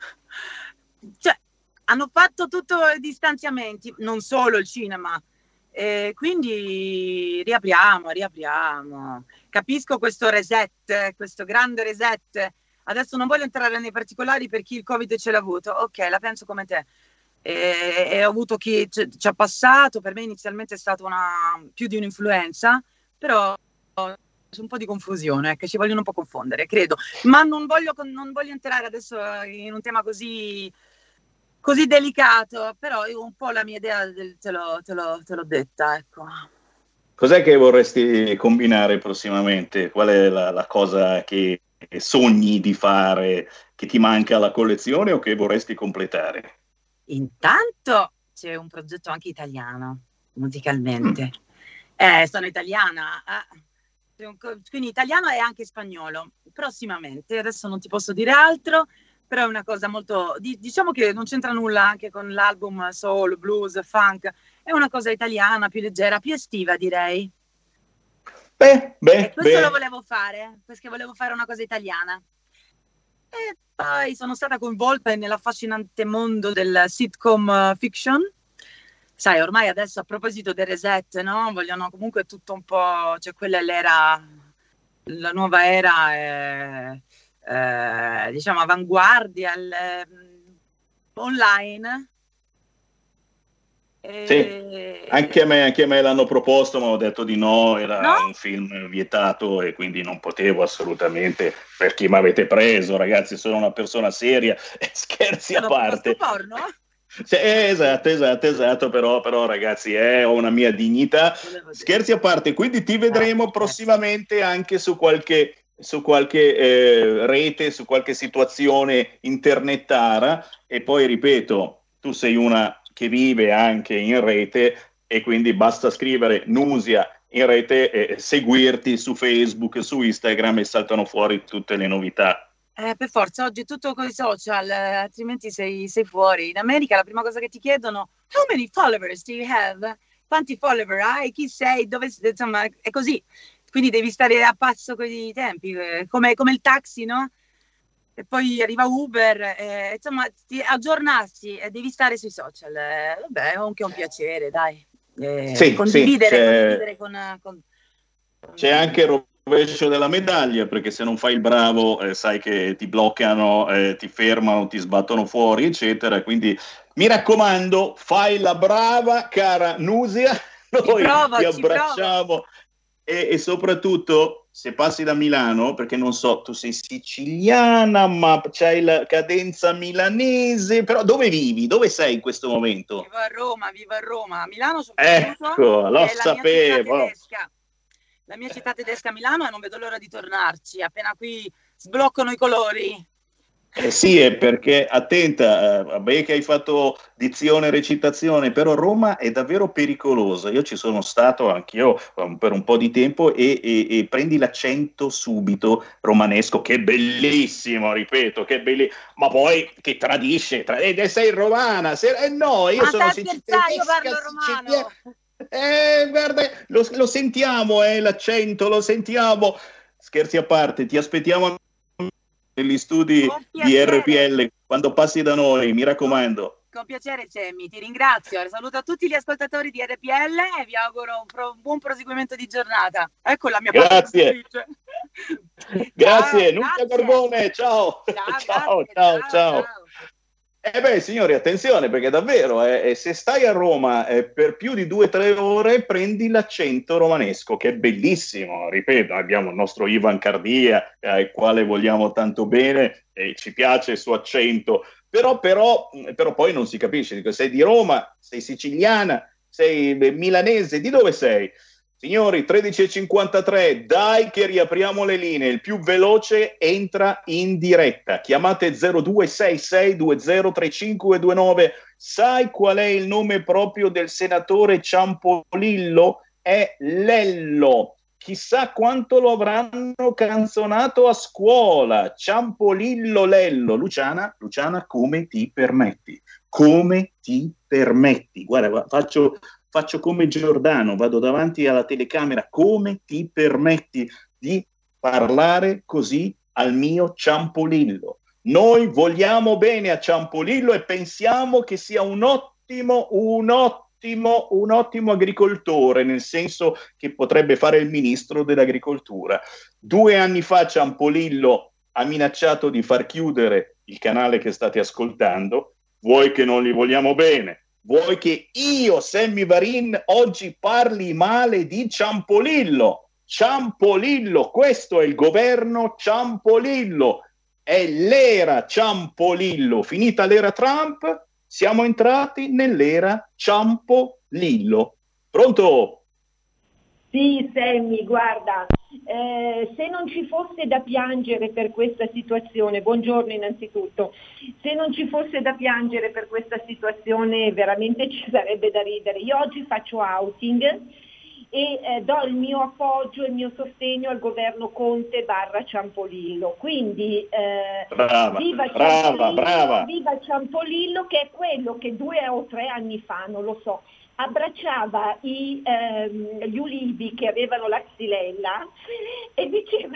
Cioè, hanno fatto tutti i distanziamenti, non solo il cinema, eh, quindi riapriamo, riapriamo. Capisco questo reset, questo grande reset. Adesso non voglio entrare nei particolari per chi il Covid ce l'ha avuto, ok, la penso come te. E, e ho avuto chi ci, ci ha passato, per me inizialmente è stata una, più di un'influenza, però c'è un po' di confusione, che ci vogliono un po' confondere, credo, ma non voglio, non voglio entrare adesso in un tema così, così delicato, però io un po' la mia idea del, te, l'ho, te, l'ho, te l'ho detta, ecco. Cos'è che vorresti combinare prossimamente? Qual è la, la cosa che sogni di fare, che ti manca alla collezione o che vorresti completare? Intanto c'è un progetto anche italiano, musicalmente. Mm. Eh, sono italiana, eh. Quindi italiano e anche spagnolo, prossimamente. Adesso non ti posso dire altro, però è una cosa molto, diciamo che non c'entra nulla anche con l'album soul, blues, funk, è una cosa italiana, più leggera, più estiva, direi. Beh, beh, e questo beh. lo volevo fare, perché volevo fare una cosa italiana. E poi sono stata coinvolta nell'affascinante mondo del sitcom fiction. Sai, ormai adesso a proposito del reset, no? Vogliono comunque tutto un po', cioè quella è l'era, la nuova era, è, è, diciamo, avanguardia, il, online. E... Sì, anche a, me, anche a me l'hanno proposto, ma ho detto di no, era no? un film vietato e quindi non potevo assolutamente, perché mi avete preso, ragazzi, sono una persona seria, scherzi a parte. Porno? Sì, esatto, esatto, esatto, però, però ragazzi, eh, ho una mia dignità, scherzi a parte, quindi ti vedremo prossimamente anche su qualche, su qualche eh, rete, su qualche situazione internettara, e poi ripeto, tu sei una che vive anche in rete e quindi basta scrivere Nusia in rete e seguirti su Facebook, su Instagram e saltano fuori tutte le novità. Eh, per forza, oggi è tutto con i social, eh, altrimenti sei, sei fuori. In America la prima cosa che ti chiedono, how many followers do you have? Quanti follower hai? Chi sei? Dove sei? Insomma, è così. Quindi devi stare a passo con i tempi, eh, come, come il taxi, no? E poi arriva Uber, eh, insomma, ti, aggiornarsi e devi stare sui social. Eh, vabbè, è anche un piacere, dai. Eh, sì, condividere, sì, condividere con, con... C'è anche il rovescio della medaglia, perché se non fai il bravo eh, sai che ti bloccano, eh, ti fermano, ti sbattono fuori, eccetera. Quindi mi raccomando, fai la brava, cara Nusia, noi provo, ti abbracciamo e, e soprattutto se passi da Milano, perché non so, tu sei siciliana ma c'hai la cadenza milanese, però dove vivi? Dove sei in questo momento? Vivo a Roma, vivo a Roma, a Milano sono ecco, lo sapevo. La mia città tedesca a Milano e non vedo l'ora di tornarci, appena qui sbloccano i colori. Eh sì, è perché, attenta, eh, vabbè che hai fatto dizione e recitazione, però Roma è davvero pericolosa. Io ci sono stato anch'io um, per un po' di tempo e, e, e prendi l'accento subito romanesco, che è bellissimo, ripeto, che è bellissimo, ma poi che tradisce, tra... eh, sei romana, sei... eh no, io ma sono siciliana, io parlo romano. Eh, guarda, lo, lo sentiamo, eh, l'accento, lo sentiamo. Scherzi a parte, ti aspettiamo negli studi di R P L quando passi da noi, mi raccomando. Con piacere, Semmi, ti ringrazio. Saluto a tutti gli ascoltatori di R P L e vi auguro un, pro, un buon proseguimento di giornata. Ecco la mia grazie. Grazie, ciao, Nusia Gorgone, ciao. Ciao, ciao, grazie, ciao, ciao, ciao. ciao. Eh beh, signori, attenzione, perché davvero, eh, se stai a Roma eh, per più di due o tre ore, prendi l'accento romanesco, che è bellissimo. Ripeto, abbiamo il nostro Ivan Cardia, eh, al quale vogliamo tanto bene, e ci piace il suo accento, però, però, però poi non si capisce. Dico, sei di Roma, sei siciliana, sei milanese, di dove sei? Signori, tredici e cinquantatré, dai che riapriamo le linee, il più veloce entra in diretta, chiamate zero due sei sei due zero tre cinque due nove, sai qual è il nome proprio del senatore Ciampolillo? È Lello, chissà quanto lo avranno canzonato a scuola, Ciampolillo Lello. Luciana, Luciana, come ti permetti? Come ti permetti? Guarda, faccio... Faccio come Giordano, vado davanti alla telecamera. Come ti permetti di parlare così al mio Ciampolillo? Noi vogliamo bene a Ciampolillo e pensiamo che sia un ottimo, un ottimo, un ottimo agricoltore, nel senso che potrebbe fare il ministro dell'agricoltura. Due anni fa Ciampolillo ha minacciato di far chiudere il canale che state ascoltando. Vuoi che non li vogliamo bene? Vuoi che io, Sammy Varin, oggi parli male di Ciampolillo? Ciampolillo, questo è il governo Ciampolillo, è l'era Ciampolillo. Finita l'era Trump, siamo entrati nell'era Ciampolillo. Pronto? Sì, Sammy, guarda, eh, se non ci fosse da piangere per questa situazione, buongiorno innanzitutto, se non ci fosse da piangere per questa situazione veramente ci sarebbe da ridere. Io oggi faccio outing e eh, do il mio appoggio e il mio sostegno al governo Conte barra Ciampolillo. Quindi eh, brava, viva, brava, Ciampolillo, brava. viva Ciampolillo, che è quello che due o tre anni fa, non lo so, abbracciava i, ehm, gli ulivi che avevano la xylella e diceva,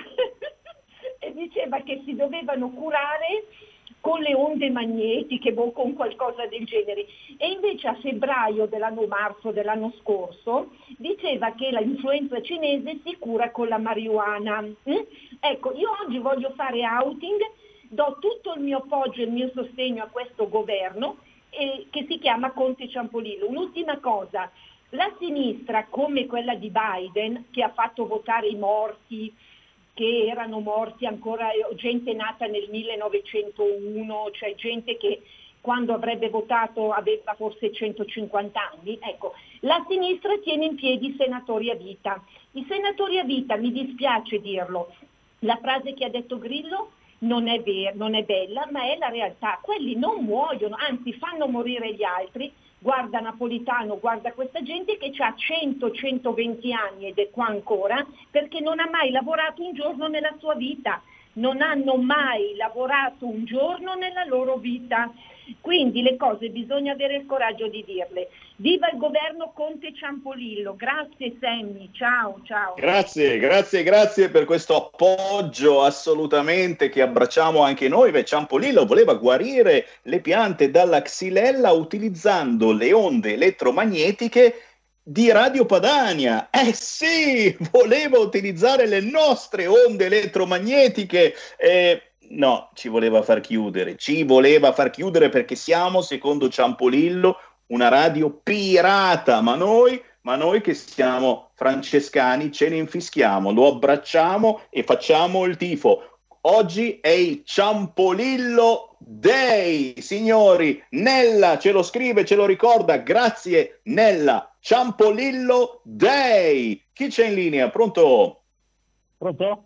e diceva che si dovevano curare con le onde magnetiche o con qualcosa del genere, e invece a febbraio dell'anno marzo dell'anno scorso diceva che l'influenza cinese si cura con la marijuana. Mm? Ecco, io oggi voglio fare outing, do tutto il mio appoggio e il mio sostegno a questo governo eh, che si chiama Conte Ciampolillo. Un'ultima cosa, la sinistra come quella di Biden, che ha fatto votare i morti, che erano morti ancora, gente nata nel millenovecentouno, cioè gente che quando avrebbe votato aveva forse centocinquanta anni, ecco, la sinistra tiene in piedi i senatori a vita. I senatori a vita, mi dispiace dirlo, la frase che ha detto Grillo non è vera, non è bella, ma è la realtà. Quelli non muoiono, anzi fanno morire gli altri. Guarda Napolitano, guarda questa gente che ha cento centoventi anni ed è qua ancora perché non ha mai lavorato un giorno nella sua vita, non hanno mai lavorato un giorno nella loro vita. Quindi le cose bisogna avere il coraggio di dirle. Viva il governo Conte Ciampolillo, grazie Sammy, ciao ciao. Grazie, grazie, grazie per questo appoggio assolutamente che abbracciamo anche noi. Beh, Ciampolillo voleva guarire le piante dalla xylella utilizzando le onde elettromagnetiche di Radio Padania. Eh sì, voleva utilizzare le nostre onde elettromagnetiche. Eh, no, ci voleva far chiudere, ci voleva far chiudere perché siamo, secondo Ciampolillo, una radio pirata, ma noi, ma noi che siamo francescani ce ne infischiamo, lo abbracciamo e facciamo il tifo. Oggi è il Ciampolillo Day, signori. Nella ce lo scrive, ce lo ricorda, grazie Nella. Ciampolillo Day. Chi c'è in linea? Pronto? Pronto?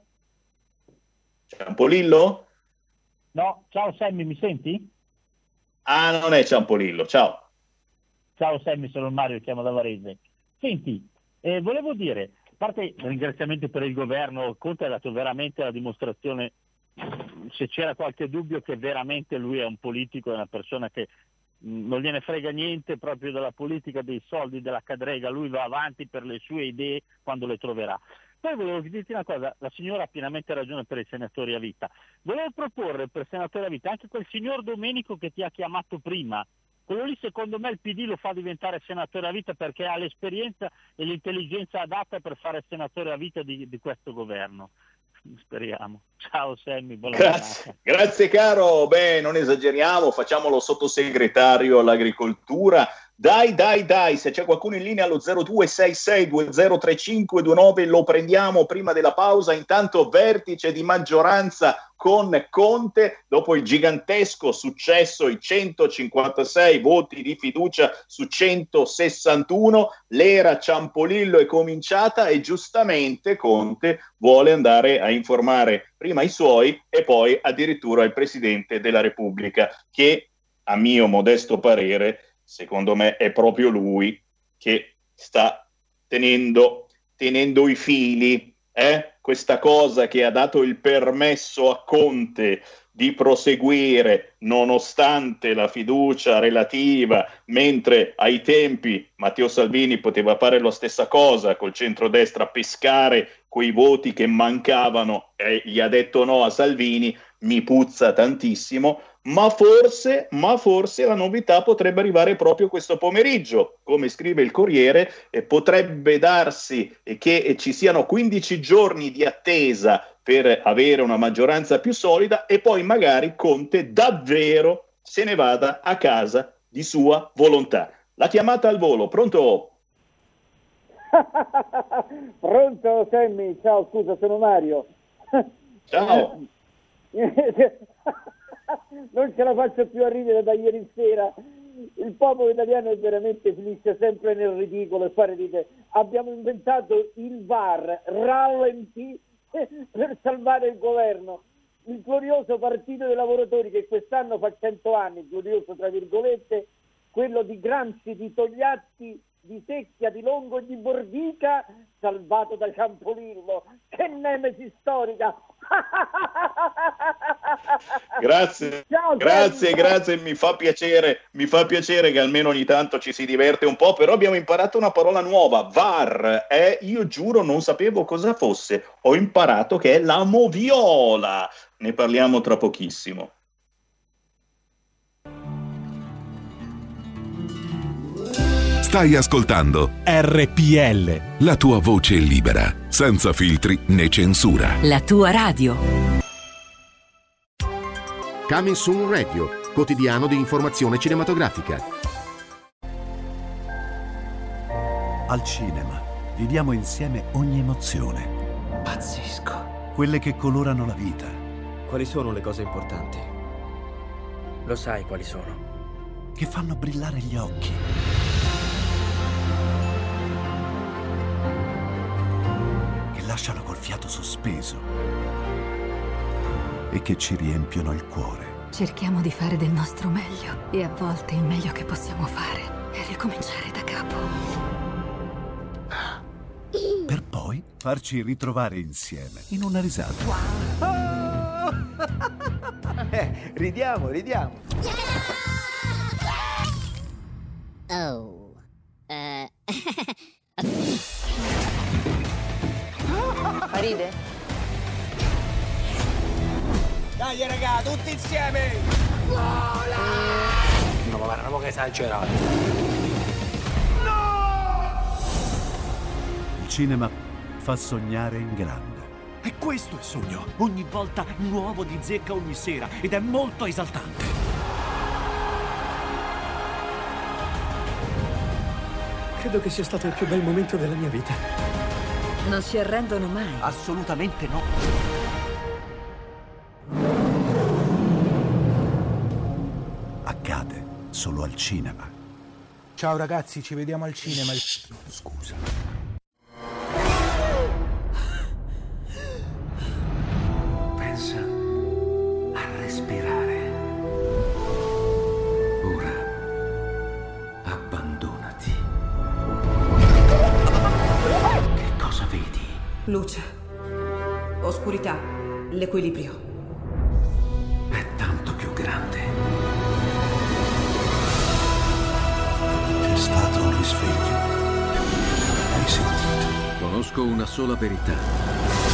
Ciampolillo? No, ciao Sammy, mi senti? Ah, non è Ciampolillo, ciao. Ciao Sammy, sono Mario, chiamo da Varese. Senti, eh, volevo dire, a parte ringraziamenti per il governo, Conte ha dato veramente la dimostrazione, se c'era qualche dubbio, che veramente lui è un politico, è una persona che mh, non gliene frega niente proprio della politica, dei soldi, della cadrega, lui va avanti per le sue idee quando le troverà. Poi volevo dirti una cosa, la signora ha pienamente ragione per i senatori a vita. Volevo proporre per senatori a vita anche quel signor Domenico che ti ha chiamato prima. Quello lì secondo me il P D lo fa diventare senatore a vita perché ha l'esperienza e l'intelligenza adatta per fare senatore a vita di, di questo governo. Speriamo. Ciao Sammy, buona Grazie, grazie caro. Beh, non esageriamo, facciamolo sottosegretario all'agricoltura. Dai, dai, dai, se c'è qualcuno in linea allo zero due sei sei due zero tre cinque due nove lo prendiamo prima della pausa. Intanto vertice di maggioranza con Conte, dopo il gigantesco successo, i centocinquantasei voti di fiducia su centosessantuno, l'era Ciampolillo è cominciata e giustamente Conte vuole andare a informare prima i suoi e poi addirittura il Presidente della Repubblica, che a mio modesto parere secondo me è proprio lui che sta tenendo, tenendo i fili, eh? Questa cosa che ha dato il permesso a Conte di proseguire nonostante la fiducia relativa, mentre ai tempi Matteo Salvini poteva fare la stessa cosa col centrodestra, pescare quei voti che mancavano e gli ha detto no a Salvini, mi puzza tantissimo. Ma forse, ma forse la novità potrebbe arrivare proprio questo pomeriggio, come scrive il Corriere, e potrebbe darsi che ci siano quindici giorni di attesa per avere una maggioranza più solida e poi magari Conte davvero se ne vada a casa di sua volontà. La chiamata al volo, pronto? Pronto Sammy, ciao, scusa, sono Mario. Ciao. Non ce la faccio più a ridere da ieri sera. Il popolo italiano è veramente finisce sempre nel ridicolo e fare dite abbiamo inventato il V A R, rallenti per salvare il governo. Il glorioso partito dei lavoratori che quest'anno fa cento anni, glorioso tra virgolette, quello di Gramsci, di Togliatti, di Secchia, di Longo e di Bordica, salvato da Ciampolillo. Che nemesi storica! Grazie, Ciao, grazie, Sammy. grazie, mi fa piacere, mi fa piacere che almeno ogni tanto ci si diverte un po', però abbiamo imparato una parola nuova, V A R, eh, io giuro non sapevo cosa fosse, ho imparato che è la moviola, ne parliamo tra pochissimo. Stai ascoltando R P L, la tua voce libera, senza filtri né censura. La tua radio. Coming Soon Radio, quotidiano di informazione cinematografica. Al cinema viviamo insieme ogni emozione. Pazzesco. Quelle che colorano la vita. Quali sono le cose importanti? Lo sai quali sono? Che fanno brillare gli occhi. Che lasciano col fiato sospeso. E che ci riempiono il cuore. Cerchiamo di fare del nostro meglio e a volte il meglio che possiamo fare è ricominciare da capo. Per poi farci ritrovare insieme in una risata. Eh, ridiamo, ridiamo. Oh. Eh. Ride? Dai raga, tutti insieme! No, ma guarda, ma che esagerato. Il cinema fa sognare in grande. E questo è il sogno. Ogni volta nuovo di zecca ogni sera ed è molto esaltante. Credo che sia stato il più bel momento della mia vita. Non si arrendono mai. Assolutamente no. Accade solo al cinema. Ciao ragazzi, ci vediamo al cinema. Scusa. Pensa a respirare. Ora abbandonati. Che cosa vedi? Luce. Oscurità. L'equilibrio. È tanto più grande. È stato un risveglio. Hai sentito? Conosco una sola verità.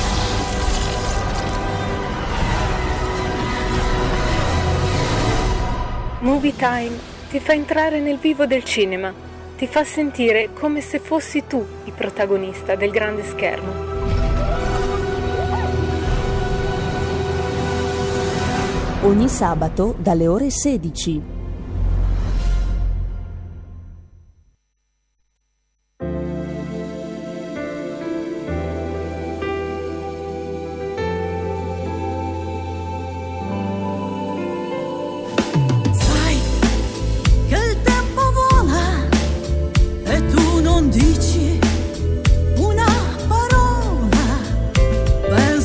Movie Time ti fa entrare nel vivo del cinema, ti fa sentire come se fossi tu il protagonista del grande schermo. Ogni sabato dalle ore sedici.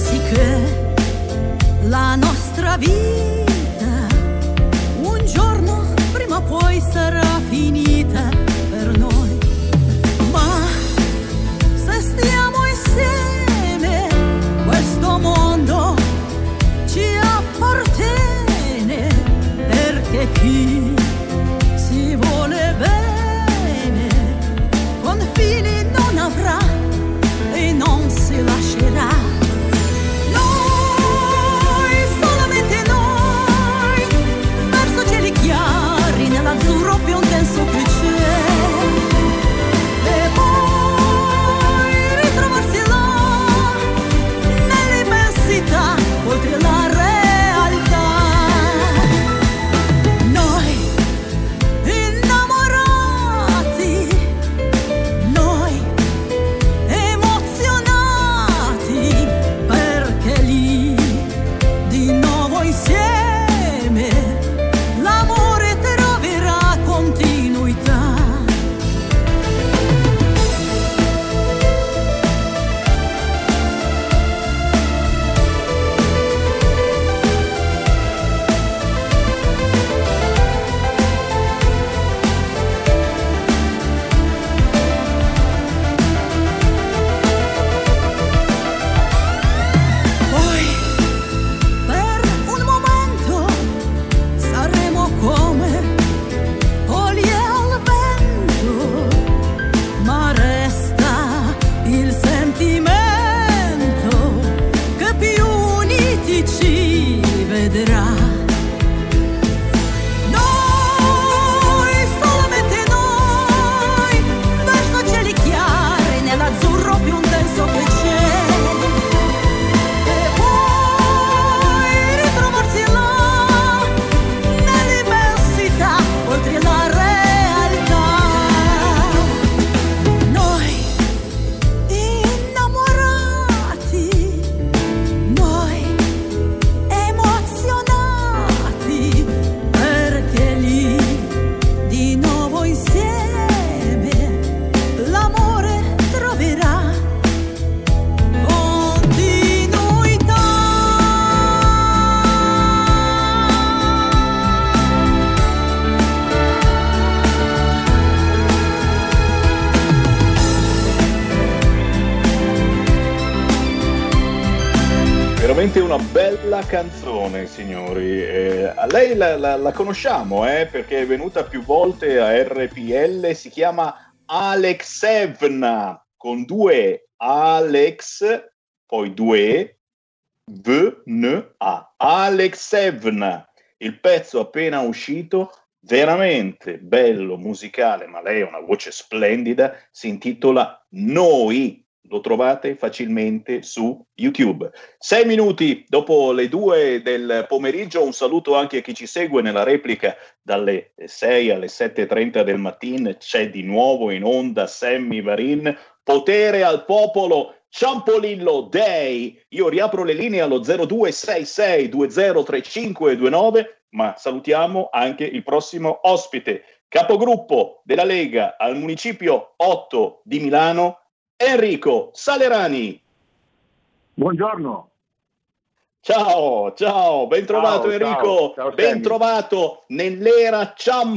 Vita un giorno Veramente una bella canzone, signori. Eh, a lei la, la, la conosciamo, eh, perché è venuta più volte a R P L. Si chiama Alexevna, con due Alex, poi due V N A. Alexevna, il pezzo appena uscito, veramente bello, musicale, ma lei ha una voce splendida, si intitola Noi. Lo trovate facilmente su YouTube. Sei minuti dopo le due del pomeriggio, un saluto anche a chi ci segue nella replica dalle sei alle sette e trenta del mattino. C'è di nuovo in onda Sammy Varin, Potere al popolo, Ciampolillo Day. Io riapro le linee allo zero due sei sei due zero tre cinque due nove, ma salutiamo anche il prossimo ospite, capogruppo della Lega al Municipio otto di Milano, Enrico Salerani. Buongiorno. Ciao, ciao, ben trovato ciao, Enrico, ciao, ciao, ben Sammy. trovato nell'era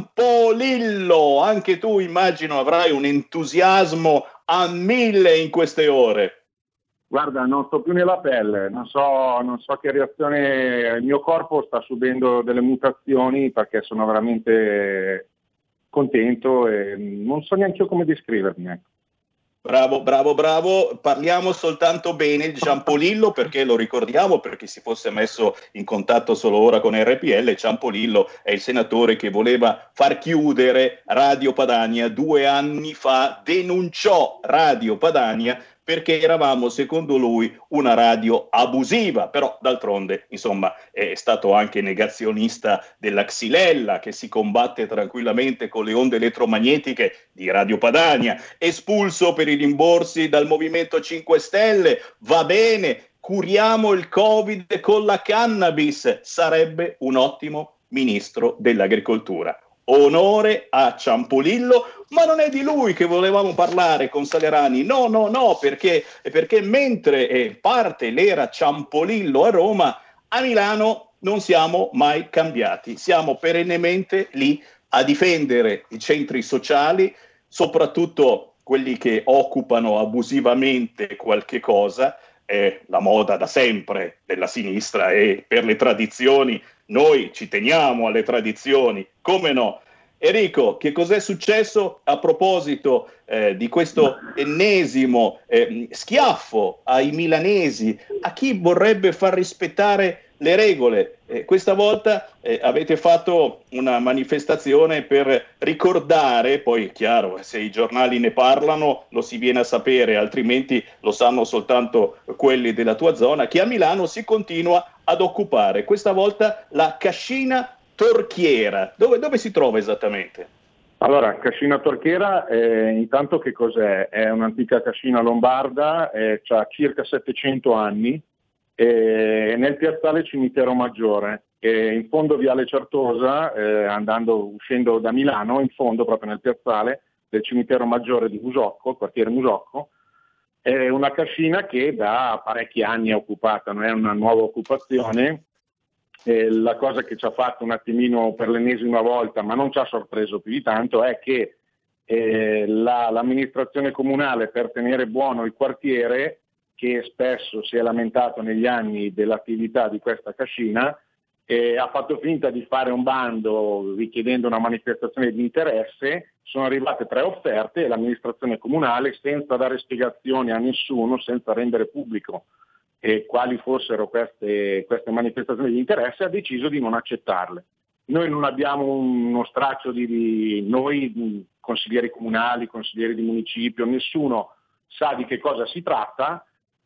Ciampolillo. Anche tu immagino avrai un entusiasmo a mille in queste ore. Guarda, non sto più nella pelle, non so, non so che reazione, il mio corpo sta subendo delle mutazioni perché sono veramente contento e non so neanche io come descrivermi. Ecco. Bravo, bravo, bravo. Parliamo soltanto bene di Ciampolillo perché lo ricordiamo, per chi si fosse messo in contatto solo ora con R P L. Ciampolillo è il senatore che voleva far chiudere Radio Padania. Due anni fa denunciò Radio Padania perché eravamo, secondo lui, una radio abusiva, però d'altronde, insomma, è stato anche negazionista della Xylella, che si combatte tranquillamente con le onde elettromagnetiche di Radio Padania, espulso per i rimborsi dal Movimento cinque Stelle, va bene, curiamo il Covid con la cannabis, sarebbe un ottimo ministro dell'agricoltura. Onore a Ciampolillo, ma non è di lui che volevamo parlare con Salerani, no, no, no, perché, perché mentre eh, parte l'era Ciampolillo a Roma, a Milano non siamo mai cambiati, siamo perennemente lì a difendere i centri sociali, soprattutto quelli che occupano abusivamente qualche cosa, è la moda da sempre della sinistra e per le tradizioni. Noi ci teniamo alle tradizioni, come no? Enrico, che cos'è successo a proposito eh, di questo ennesimo eh, schiaffo ai milanesi, a chi vorrebbe far rispettare le regole? Eh, questa volta eh, avete fatto una manifestazione per ricordare, poi è chiaro, se i giornali ne parlano lo si viene a sapere, altrimenti lo sanno soltanto quelli della tua zona, che a Milano si continua ad occupare, questa volta la Cascina Torchiera. Dove, dove si trova esattamente? Allora, Cascina Torchiera, eh, intanto che cos'è? È un'antica cascina lombarda, eh, ha circa settecento anni, eh, nel piazzale Cimitero Maggiore, eh, in fondo Viale Certosa, eh, andando, uscendo da Milano, in fondo proprio nel piazzale del Cimitero Maggiore di Musocco, quartiere Musocco. È una cascina che da parecchi anni è occupata, non è una nuova occupazione. Eh, la cosa che ci ha fatto un attimino per l'ennesima volta, ma non ci ha sorpreso più di tanto, è che eh, la, l'amministrazione comunale, per tenere buono il quartiere, che spesso si è lamentato negli anni dell'attività di questa cascina, eh, ha fatto finta di fare un bando richiedendo una manifestazione di interesse. Sono arrivate tre offerte e l'amministrazione comunale, senza dare spiegazioni a nessuno, senza rendere pubblico eh, quali fossero queste, queste manifestazioni di interesse, ha deciso di non accettarle. Noi non abbiamo uno straccio di, di noi consiglieri comunali, consiglieri di municipio, nessuno sa di che cosa si tratta,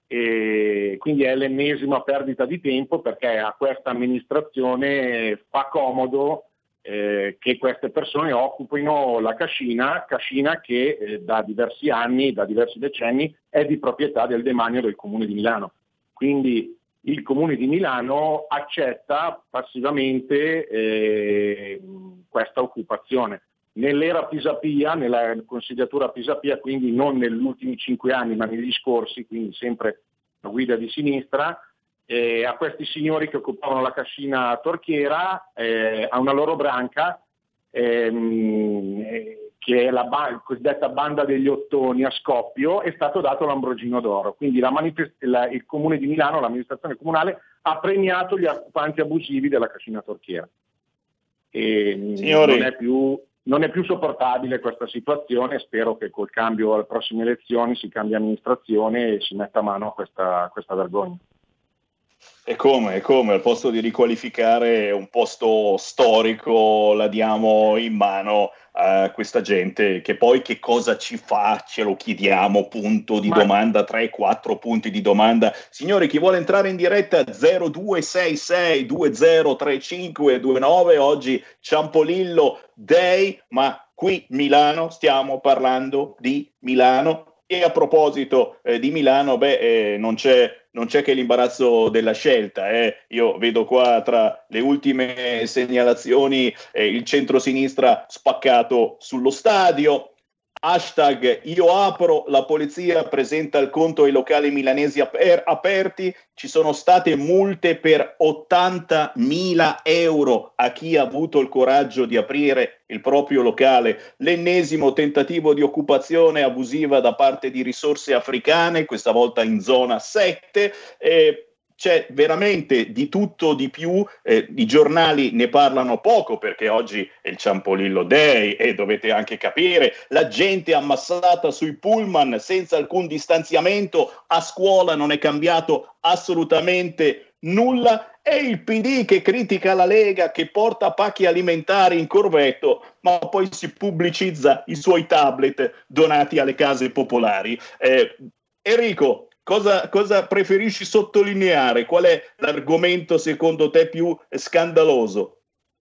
e quindi è l'ennesima perdita di tempo, perché a questa amministrazione fa comodo eh, che queste persone occupino la cascina, cascina che eh, da diversi anni, da diversi decenni è di proprietà del demanio del Comune di Milano. Quindi il Comune di Milano accetta passivamente eh, questa occupazione. Nell'era Pisapia, nella consigliatura Pisapia, quindi non negli ultimi cinque anni ma negli scorsi, quindi sempre la guida di sinistra, eh, a questi signori che occupavano la cascina Torchiera, eh, a una loro branca ehm, eh, che è la ba- cosiddetta banda degli ottoni a Scoppio, è stato dato l'Ambrogino d'Oro. Quindi la manifest- la, il Comune di Milano, l'amministrazione comunale, ha premiato gli occupanti abusivi della Cascina Torchiera. E Signori, non è più, non è più sopportabile questa situazione. Spero che col cambio alle prossime elezioni si cambi amministrazione e si metta a mano a questa, questa vergogna. E come, e come, al posto di riqualificare un posto storico la diamo in mano a questa gente, che poi che cosa ci fa? Ce lo chiediamo, punto di Ma... domanda, tre quattro punti di domanda. Signori, chi vuole entrare in diretta zero due sei sei due zero tre cinque due nove, oggi Ciampolillo Day, ma qui Milano, stiamo parlando di Milano. E a proposito eh, di Milano, beh, eh, non c'è non c'è che l'imbarazzo della scelta. Eh. Io vedo qua tra le ultime segnalazioni eh, il centrosinistra spaccato sullo stadio. Hashtag io apro, la polizia presenta il conto ai locali milanesi aper- aperti, ci sono state multe per ottantamila euro a chi ha avuto il coraggio di aprire il proprio locale, l'ennesimo tentativo di occupazione abusiva da parte di risorse africane, questa volta in zona sette, eh, c'è veramente di tutto di più, eh, i giornali ne parlano poco perché oggi è il Ciampolillo Day e dovete anche capire, la gente ammassata sui pullman senza alcun distanziamento, a scuola non è cambiato assolutamente nulla, e il P D che critica la Lega che porta pacchi alimentari in corvetto ma poi si pubblicizza i suoi tablet donati alle case popolari. Eh, Enrico, Cosa, cosa preferisci sottolineare? Qual è l'argomento secondo te più scandaloso?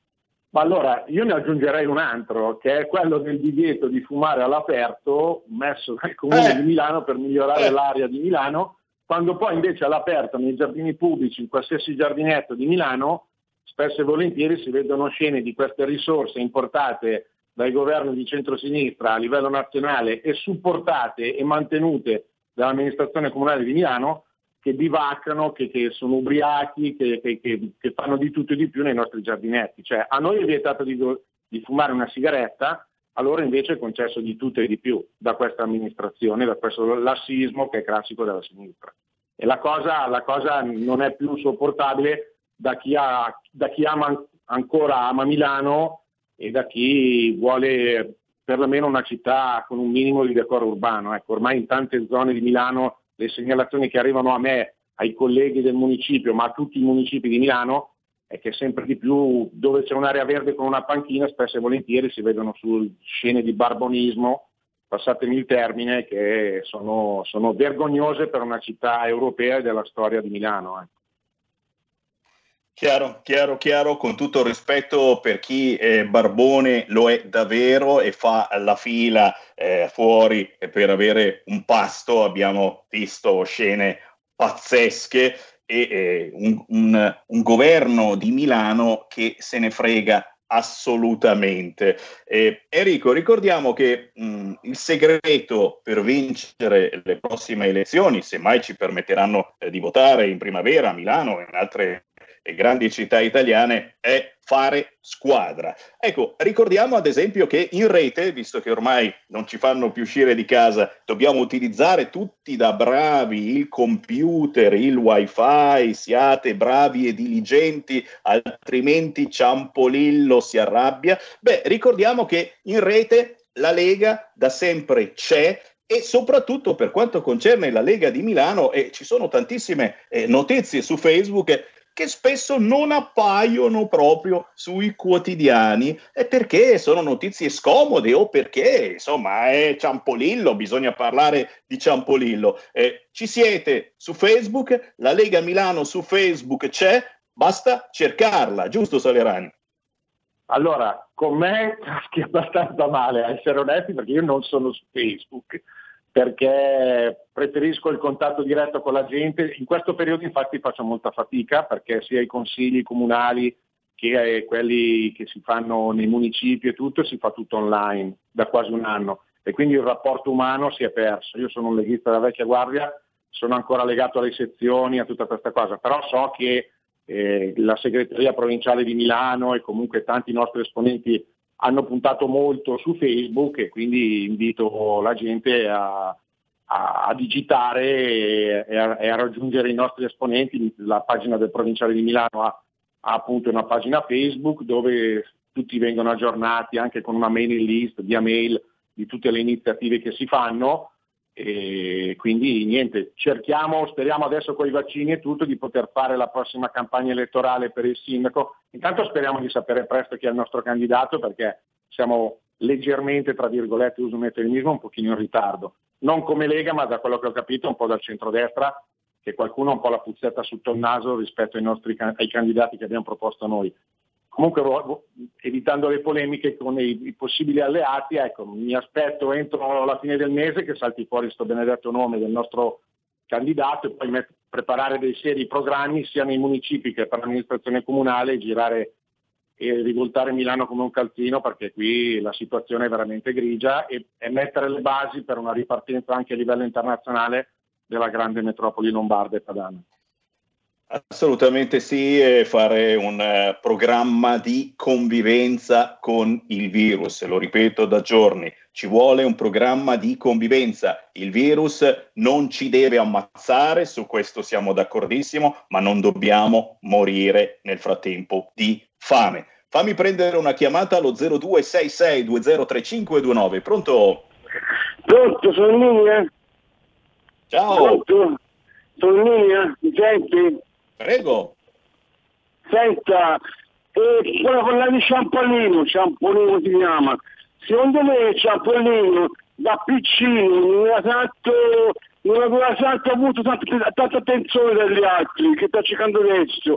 Ma allora, io ne aggiungerei un altro, che è quello del divieto di fumare all'aperto messo dal Comune eh. di Milano per migliorare eh. l'aria di Milano, quando poi invece all'aperto, nei giardini pubblici, in qualsiasi giardinetto di Milano, spesso e volentieri si vedono scene di queste risorse importate dai governi di centrosinistra a livello nazionale e supportate e mantenute dall'amministrazione comunale di Milano, che bivaccano, che, che sono ubriachi, che, che, che, che fanno di tutto e di più nei nostri giardinetti. Cioè, a noi è vietato di, di fumare una sigaretta, a loro invece è concesso di tutto e di più da questa amministrazione, da questo lassismo che è classico della sinistra. E la cosa, la cosa non è più sopportabile da chi, ha, da chi ama, ancora ama Milano e da chi vuole perlomeno una città con un minimo di decoro urbano. Ecco, ormai in tante zone di Milano le segnalazioni che arrivano a me, ai colleghi del municipio, ma a tutti i municipi di Milano, è che sempre di più dove c'è un'area verde con una panchina, spesso e volentieri si vedono su scene di barbonismo, passatemi il termine, che sono, sono vergognose per una città europea e della storia di Milano. Ecco. Chiaro, chiaro, chiaro, con tutto il rispetto per chi è barbone lo è davvero e fa la fila eh, fuori per avere un pasto. Abbiamo visto scene pazzesche e eh, un, un, un governo di Milano che se ne frega assolutamente. Eh, Enrico, ricordiamo che mh, il segreto per vincere le prossime elezioni, se mai ci permetteranno eh, di votare in primavera a Milano e in altre e grandi città italiane, è fare squadra. Ecco, ricordiamo ad esempio che in rete, visto che ormai non ci fanno più uscire di casa, dobbiamo utilizzare tutti da bravi il computer, il wifi, siate bravi e diligenti, altrimenti Ciampolillo si arrabbia. Beh, ricordiamo che in rete la Lega da sempre c'è, e soprattutto per quanto concerne la Lega di Milano, e ci sono tantissime eh, notizie su Facebook che spesso non appaiono proprio sui quotidiani, e perché sono notizie scomode o perché insomma è Ciampolillo, bisogna parlare di Ciampolillo. Eh, ci siete su Facebook, la Lega Milano su Facebook c'è, basta cercarla, giusto Salerani? Allora, con me è abbastanza male, a essere onesti, perché io non sono su Facebook, perché preferisco il contatto diretto con la gente. In questo periodo infatti faccio molta fatica, perché sia i consigli comunali che quelli che si fanno nei municipi e tutto, si fa tutto online da quasi un anno, e quindi il rapporto umano si è perso. Io sono un leghista della vecchia guardia, sono ancora legato alle sezioni, a tutta questa cosa, però so che eh, la segreteria provinciale di Milano e comunque tanti nostri esponenti hanno puntato molto su Facebook e quindi invito la gente a, a, a digitare e a, e a raggiungere i nostri esponenti. La pagina del Provinciale di Milano ha, ha appunto una pagina Facebook dove tutti vengono aggiornati anche con una mailing list via mail di tutte le iniziative che si fanno. E quindi niente, cerchiamo, speriamo adesso con i vaccini e tutto di poter fare la prossima campagna elettorale per il sindaco. Intanto speriamo di sapere presto chi è il nostro candidato, perché siamo leggermente, tra virgolette, uso un eufemismo, un pochino in ritardo, non come Lega, ma da quello che ho capito un po' dal centrodestra, che qualcuno ha un po' la puzzetta sotto il naso rispetto ai nostri ai candidati che abbiamo proposto noi. Comunque, evitando le polemiche con i, i possibili alleati, ecco, mi aspetto entro la fine del mese che salti fuori sto benedetto nome del nostro candidato e poi met- preparare dei seri programmi sia nei municipi che per l'amministrazione comunale, girare e rivoltare Milano come un calzino, perché qui la situazione è veramente grigia, e, e mettere le basi per una ripartenza anche a livello internazionale della grande metropoli lombarda e padana. Assolutamente sì, e fare un uh, programma di convivenza con il virus, lo ripeto da giorni, ci vuole un programma di convivenza, il virus non ci deve ammazzare, su questo siamo d'accordissimo, ma non dobbiamo morire nel frattempo di fame. Fammi prendere una chiamata allo zero due sei sei due zero tre cinque due nove, pronto? Pronto, sono in linea? Ciao! Pronto? Sono in linea? Mi senti? Prego. Senta, eh, quello con la di Ciampolino, Ciampolino si chiama. Secondo me Ciampolino da piccino non ha tanto, non aveva tanto avuto tanta, tanta attenzione dagli altri, che sta cercando adesso.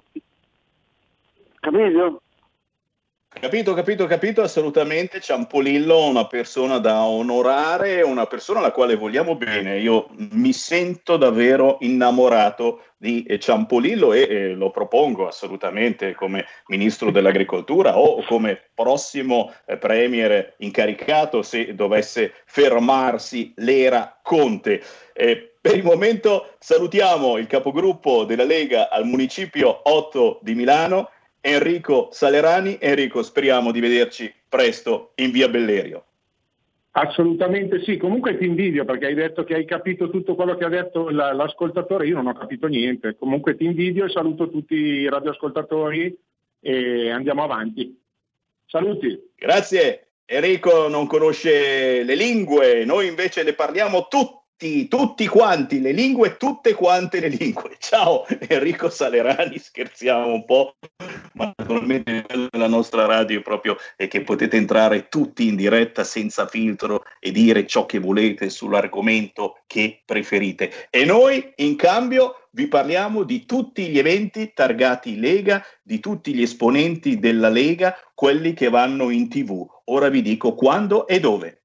Capito? Capito, capito, capito, assolutamente. Ciampolillo, una persona da onorare, una persona alla quale vogliamo bene. Io mi sento davvero innamorato di Ciampolillo e eh, lo propongo assolutamente come ministro dell'agricoltura o come prossimo eh, premier incaricato se dovesse fermarsi l'era Conte. Eh, per il momento salutiamo il capogruppo della Lega al municipio otto di Milano, Enrico Salerani. Enrico, speriamo di vederci presto in via Bellerio. Assolutamente sì, comunque ti invidio perché hai detto che hai capito tutto quello che ha detto la, l'ascoltatore, io non ho capito niente, comunque ti invidio e saluto tutti i radioascoltatori e andiamo avanti. Saluti. Grazie. Enrico non conosce le lingue, noi invece le parliamo tutte. Tutti, tutti quanti le lingue, tutte quante le lingue. Ciao Enrico Salerani, scherziamo un po', ma naturalmente la nostra radio proprio è che potete entrare tutti in diretta senza filtro e dire ciò che volete sull'argomento che preferite. E noi in cambio vi parliamo di tutti gli eventi targati Lega, di tutti gli esponenti della Lega, quelli che vanno in tivù. Ora vi dico quando e dove.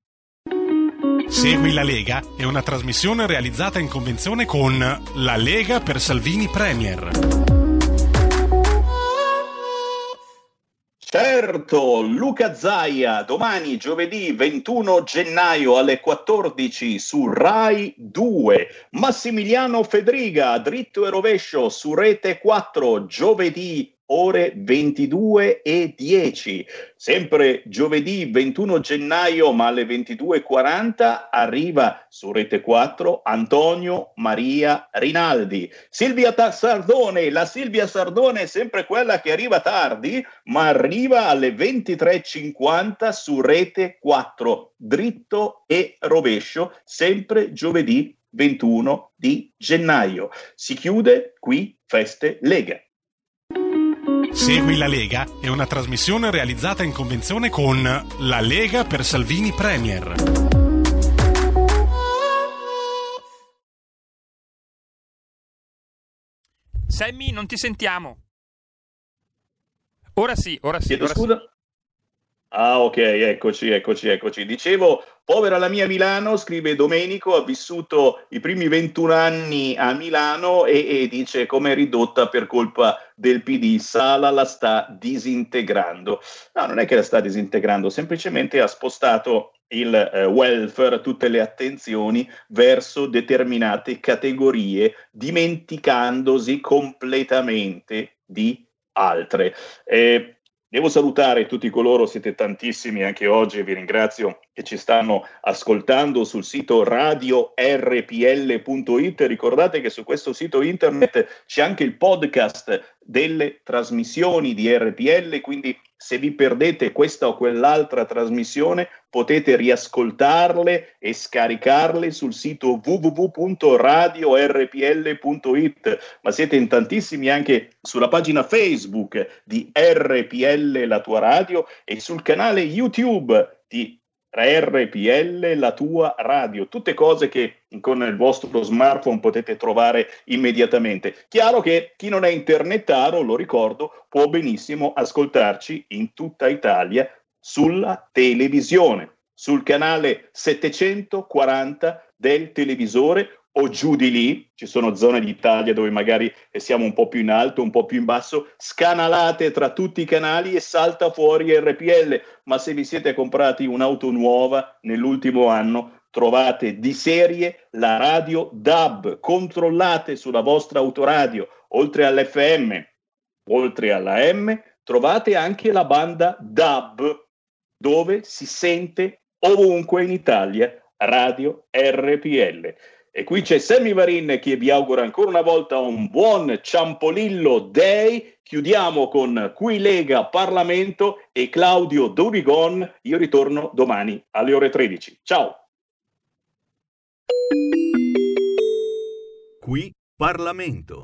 Segui la Lega è una trasmissione realizzata in convenzione con La Lega per Salvini Premier. Certo, Luca Zaia, domani giovedì ventuno gennaio alle quattordici su Rai due, Massimiliano Fedriga, dritto e rovescio su Rete quattro, giovedì ore ventidue e dieci. Sempre giovedì ventuno gennaio ma alle ventidue e quaranta arriva su Rete quattro Antonio Maria Rinaldi. Silvia Sardone, la Silvia Sardone è sempre quella che arriva tardi ma arriva alle ventitré e cinquanta su Rete quattro, dritto e rovescio, sempre giovedì ventuno di gennaio. Si chiude qui Feste Lega. Segui la Lega è una trasmissione realizzata in convenzione con La Lega per Salvini Premier. Sammy, non ti sentiamo. Ora sì, ora sì. Chiedo ora scusa? Sì. Ah, ok, eccoci, eccoci, eccoci. Dicevo, povera la mia Milano, scrive Domenico, ha vissuto i primi ventuno anni a Milano e, e dice come è ridotta per colpa del P D. Sala la sta disintegrando. No, non è che la sta disintegrando, semplicemente ha spostato il eh, welfare, tutte le attenzioni verso determinate categorie, dimenticandosi completamente di altre. Eh, Devo salutare tutti coloro, siete tantissimi anche oggi e vi ringrazio, che ci stanno ascoltando sul sito radio erre pi elle punto it. Ricordate che su questo sito internet c'è anche il podcast delle trasmissioni di erre pi elle, quindi se vi perdete questa o quell'altra trasmissione potete riascoltarle e scaricarle sul sito w w w punto radio erre pi elle punto it, ma siete in tantissimi anche sulla pagina Facebook di erre pi elle La Tua Radio e sul canale YouTube di erre pi elle La Tua Radio, tutte cose che con il vostro smartphone potete trovare immediatamente. Chiaro che chi non è internettato, lo ricordo, può benissimo ascoltarci in tutta Italia sulla televisione, sul canale settecentoquaranta del televisore o giù di lì. Ci sono zone d'Italia dove magari siamo un po' più in alto, un po' più in basso, scanalate tra tutti i canali e salta fuori erre pi elle. Ma se vi siete comprati un'auto nuova nell'ultimo anno, trovate di serie la radio D A B, controllate sulla vostra autoradio, oltre all'F M, oltre alla A M, trovate anche la banda D A B, dove si sente ovunque in Italia radio erre pi elle. E qui c'è Sammy Varin che vi augura ancora una volta un buon Ciampolillo Day. Chiudiamo con Qui Lega Parlamento e Claudio Durigon. Io ritorno domani alle ore tredici. Ciao! Qui Parlamento.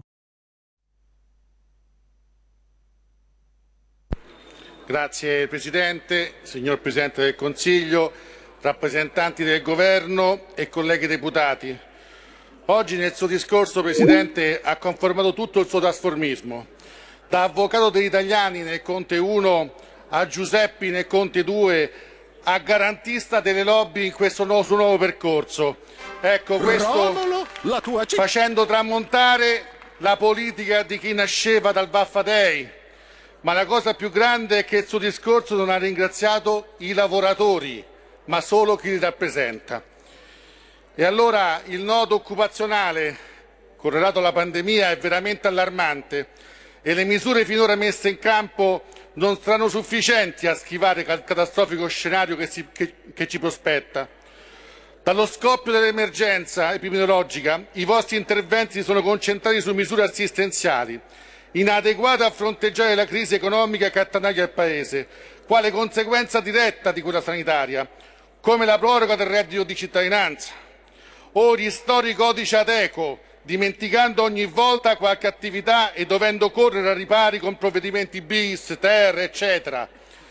Grazie Presidente, signor Presidente del Consiglio, rappresentanti del Governo e colleghi deputati. Oggi nel suo discorso, Presidente, ha confermato tutto il suo trasformismo. Da avvocato degli italiani nel Conte uno a Giuseppi nel Conte due a garantista delle lobby in questo nuovo, suo nuovo percorso. Ecco, questo Romolo, la tua c- facendo tramontare la politica di chi nasceva dal Vaffatei. Ma la cosa più grande è che il suo discorso non ha ringraziato i lavoratori, ma solo chi li rappresenta. E allora il nodo occupazionale correlato alla pandemia è veramente allarmante e le misure finora messe in campo non saranno sufficienti a schivare il catastrofico scenario che, si, che, che ci prospetta. Dallo scoppio dell'emergenza epidemiologica i vostri interventi si sono concentrati su misure assistenziali, inadeguate a fronteggiare la crisi economica che attanaglia il Paese, quale conseguenza diretta di quella sanitaria, come la proroga del reddito di cittadinanza o ristori codice Ateco, dimenticando ogni volta qualche attività e dovendo correre a ripari con provvedimenti bis, ter, eccetera,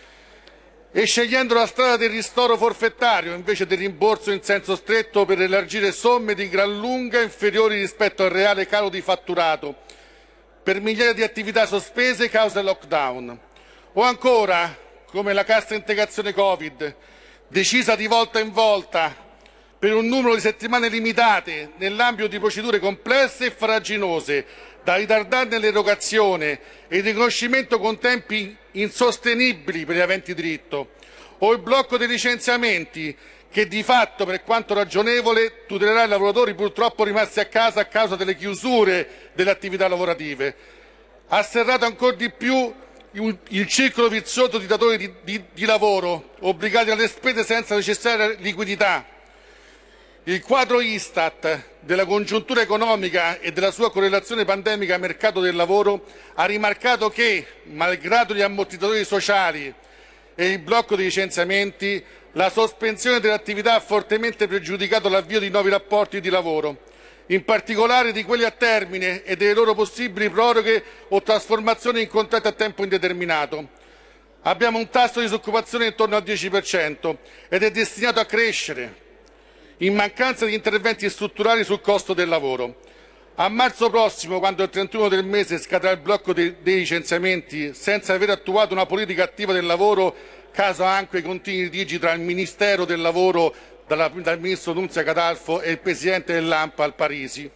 e scegliendo la strada del ristoro forfettario invece del rimborso in senso stretto per elargire somme di gran lunga inferiori rispetto al reale calo di fatturato per migliaia di attività sospese causa del lockdown. O ancora, come la cassa integrazione Covid, decisa di volta in volta per un numero di settimane limitate nell'ambito di procedure complesse e farraginose, da ritardare nell'erogazione e il riconoscimento con tempi insostenibili per gli aventi diritto, o il blocco dei licenziamenti che di fatto, per quanto ragionevole, tutelerà i lavoratori purtroppo rimasti a casa a causa delle chiusure delle attività lavorative. Ha serrato ancora di più il circolo vizioso di datori di, di, di lavoro, obbligati alle spese senza necessaria liquidità. Il quadro Istat della congiuntura economica e della sua correlazione pandemica al mercato del lavoro ha rimarcato che, malgrado gli ammortizzatori sociali e il blocco dei licenziamenti, la sospensione dell'attività ha fortemente pregiudicato l'avvio di nuovi rapporti di lavoro, in particolare di quelli a termine e delle loro possibili proroghe o trasformazioni in contratti a tempo indeterminato. Abbiamo un tasso di disoccupazione intorno al dieci per cento ed è destinato a crescere, in mancanza di interventi strutturali sul costo del lavoro. A marzo prossimo, quando il trentuno del mese scadrà il blocco dei, dei licenziamenti, senza aver attuato una politica attiva del lavoro, caso anche i continui litigi tra il Ministero del Lavoro dalla, dal Ministro Nunzia Catalfo e il Presidente dell'ANPAL Parisi.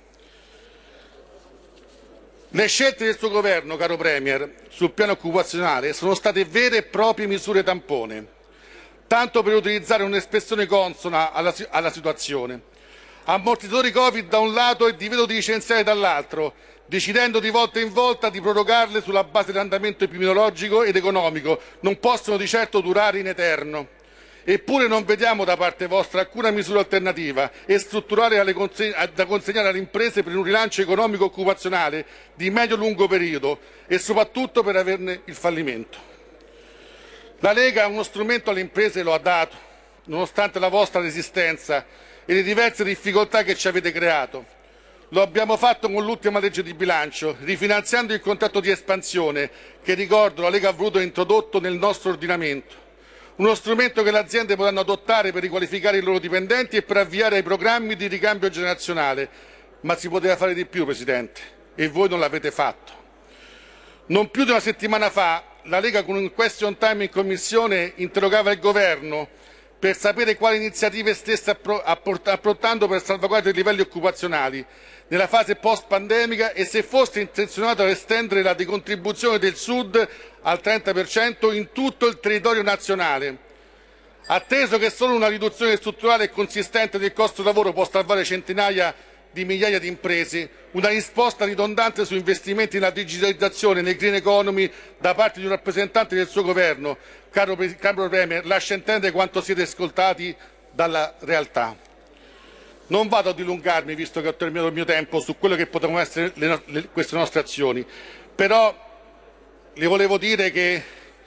Le scelte del suo governo, caro Premier, sul piano occupazionale sono state vere e proprie misure tampone, tanto per utilizzare un'espressione consona alla, alla situazione. Ammortizzatori Covid da un lato e divieto di licenziare dall'altro, decidendo di volta in volta di prorogarle sulla base dell'andamento epidemiologico ed economico, non possono di certo durare in eterno. Eppure non vediamo da parte vostra alcuna misura alternativa e strutturale alle conseg- da consegnare alle imprese per un rilancio economico e occupazionale di medio-lungo periodo e soprattutto per averne il fallimento. La Lega uno strumento alle imprese lo ha dato, nonostante la vostra resistenza e le diverse difficoltà che ci avete creato. Lo abbiamo fatto con l'ultima legge di bilancio, rifinanziando il contratto di espansione che, ricordo, la Lega ha voluto introdotto nel nostro ordinamento. Uno strumento che le aziende potranno adottare per riqualificare i loro dipendenti e per avviare i programmi di ricambio generazionale. Ma si poteva fare di più, Presidente, e voi non l'avete fatto. Non più di una settimana fa la Lega con un question time in Commissione interrogava il Governo per sapere quali iniziative stesse apportando per salvaguardare i livelli occupazionali nella fase post-pandemica e se fosse intenzionato ad estendere la decontribuzione del Sud al trenta per cento in tutto il territorio nazionale. Atteso che solo una riduzione strutturale e consistente del costo lavoro può salvare centinaia di migliaia di imprese, una risposta ridondante su investimenti nella digitalizzazione e nel green economy da parte di un rappresentante del suo governo, caro, caro Premier, lascia intendere quanto siete ascoltati dalla realtà. Non vado a dilungarmi, visto che ho terminato il mio tempo, su quello che potevano essere le, le, queste nostre azioni, però le volevo dire che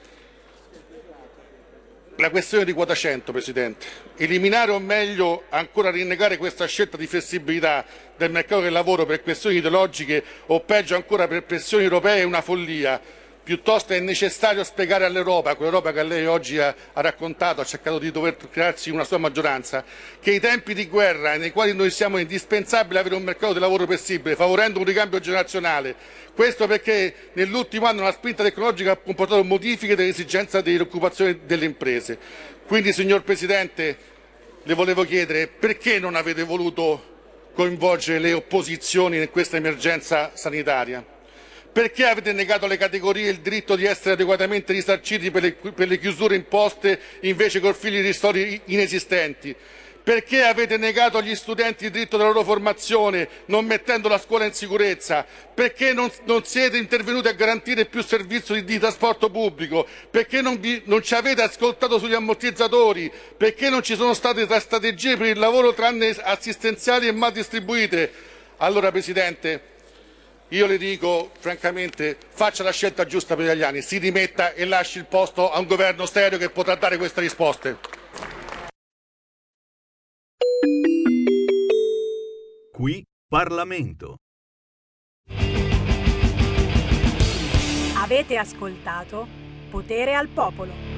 la questione di quota cento, Presidente, eliminare o meglio ancora rinnegare questa scelta di flessibilità del mercato del lavoro per questioni ideologiche o peggio ancora per pressioni europee è una follia. Piuttosto è necessario spiegare all'Europa, quell'Europa che lei oggi ha, ha raccontato, ha cercato di dover crearsi una sua maggioranza, che i tempi di guerra nei quali noi siamo è indispensabile avere un mercato del lavoro flessibile, favorendo un ricambio generazionale. Questo perché nell'ultimo anno la spinta tecnologica ha comportato modifiche dell'esigenza dell'occupazione delle imprese. Quindi, signor Presidente, le volevo chiedere perché non avete voluto coinvolgere le opposizioni in questa emergenza sanitaria? Perché avete negato alle categorie il diritto di essere adeguatamente risarciti per le, per le chiusure imposte invece col figli di ristori inesistenti? Perché avete negato agli studenti il diritto della loro formazione non mettendo la scuola in sicurezza? Perché non, non siete intervenuti a garantire più servizio di, di trasporto pubblico? Perché non, vi, non ci avete ascoltato sugli ammortizzatori? Perché non ci sono state strategie per il lavoro tranne assistenziali e mal distribuite? Allora, Presidente, io le dico francamente, faccia la scelta giusta per gli italiani, si dimetta e lasci il posto a un governo serio che potrà dare queste risposte. Qui Parlamento. Avete ascoltato Potere al Popolo.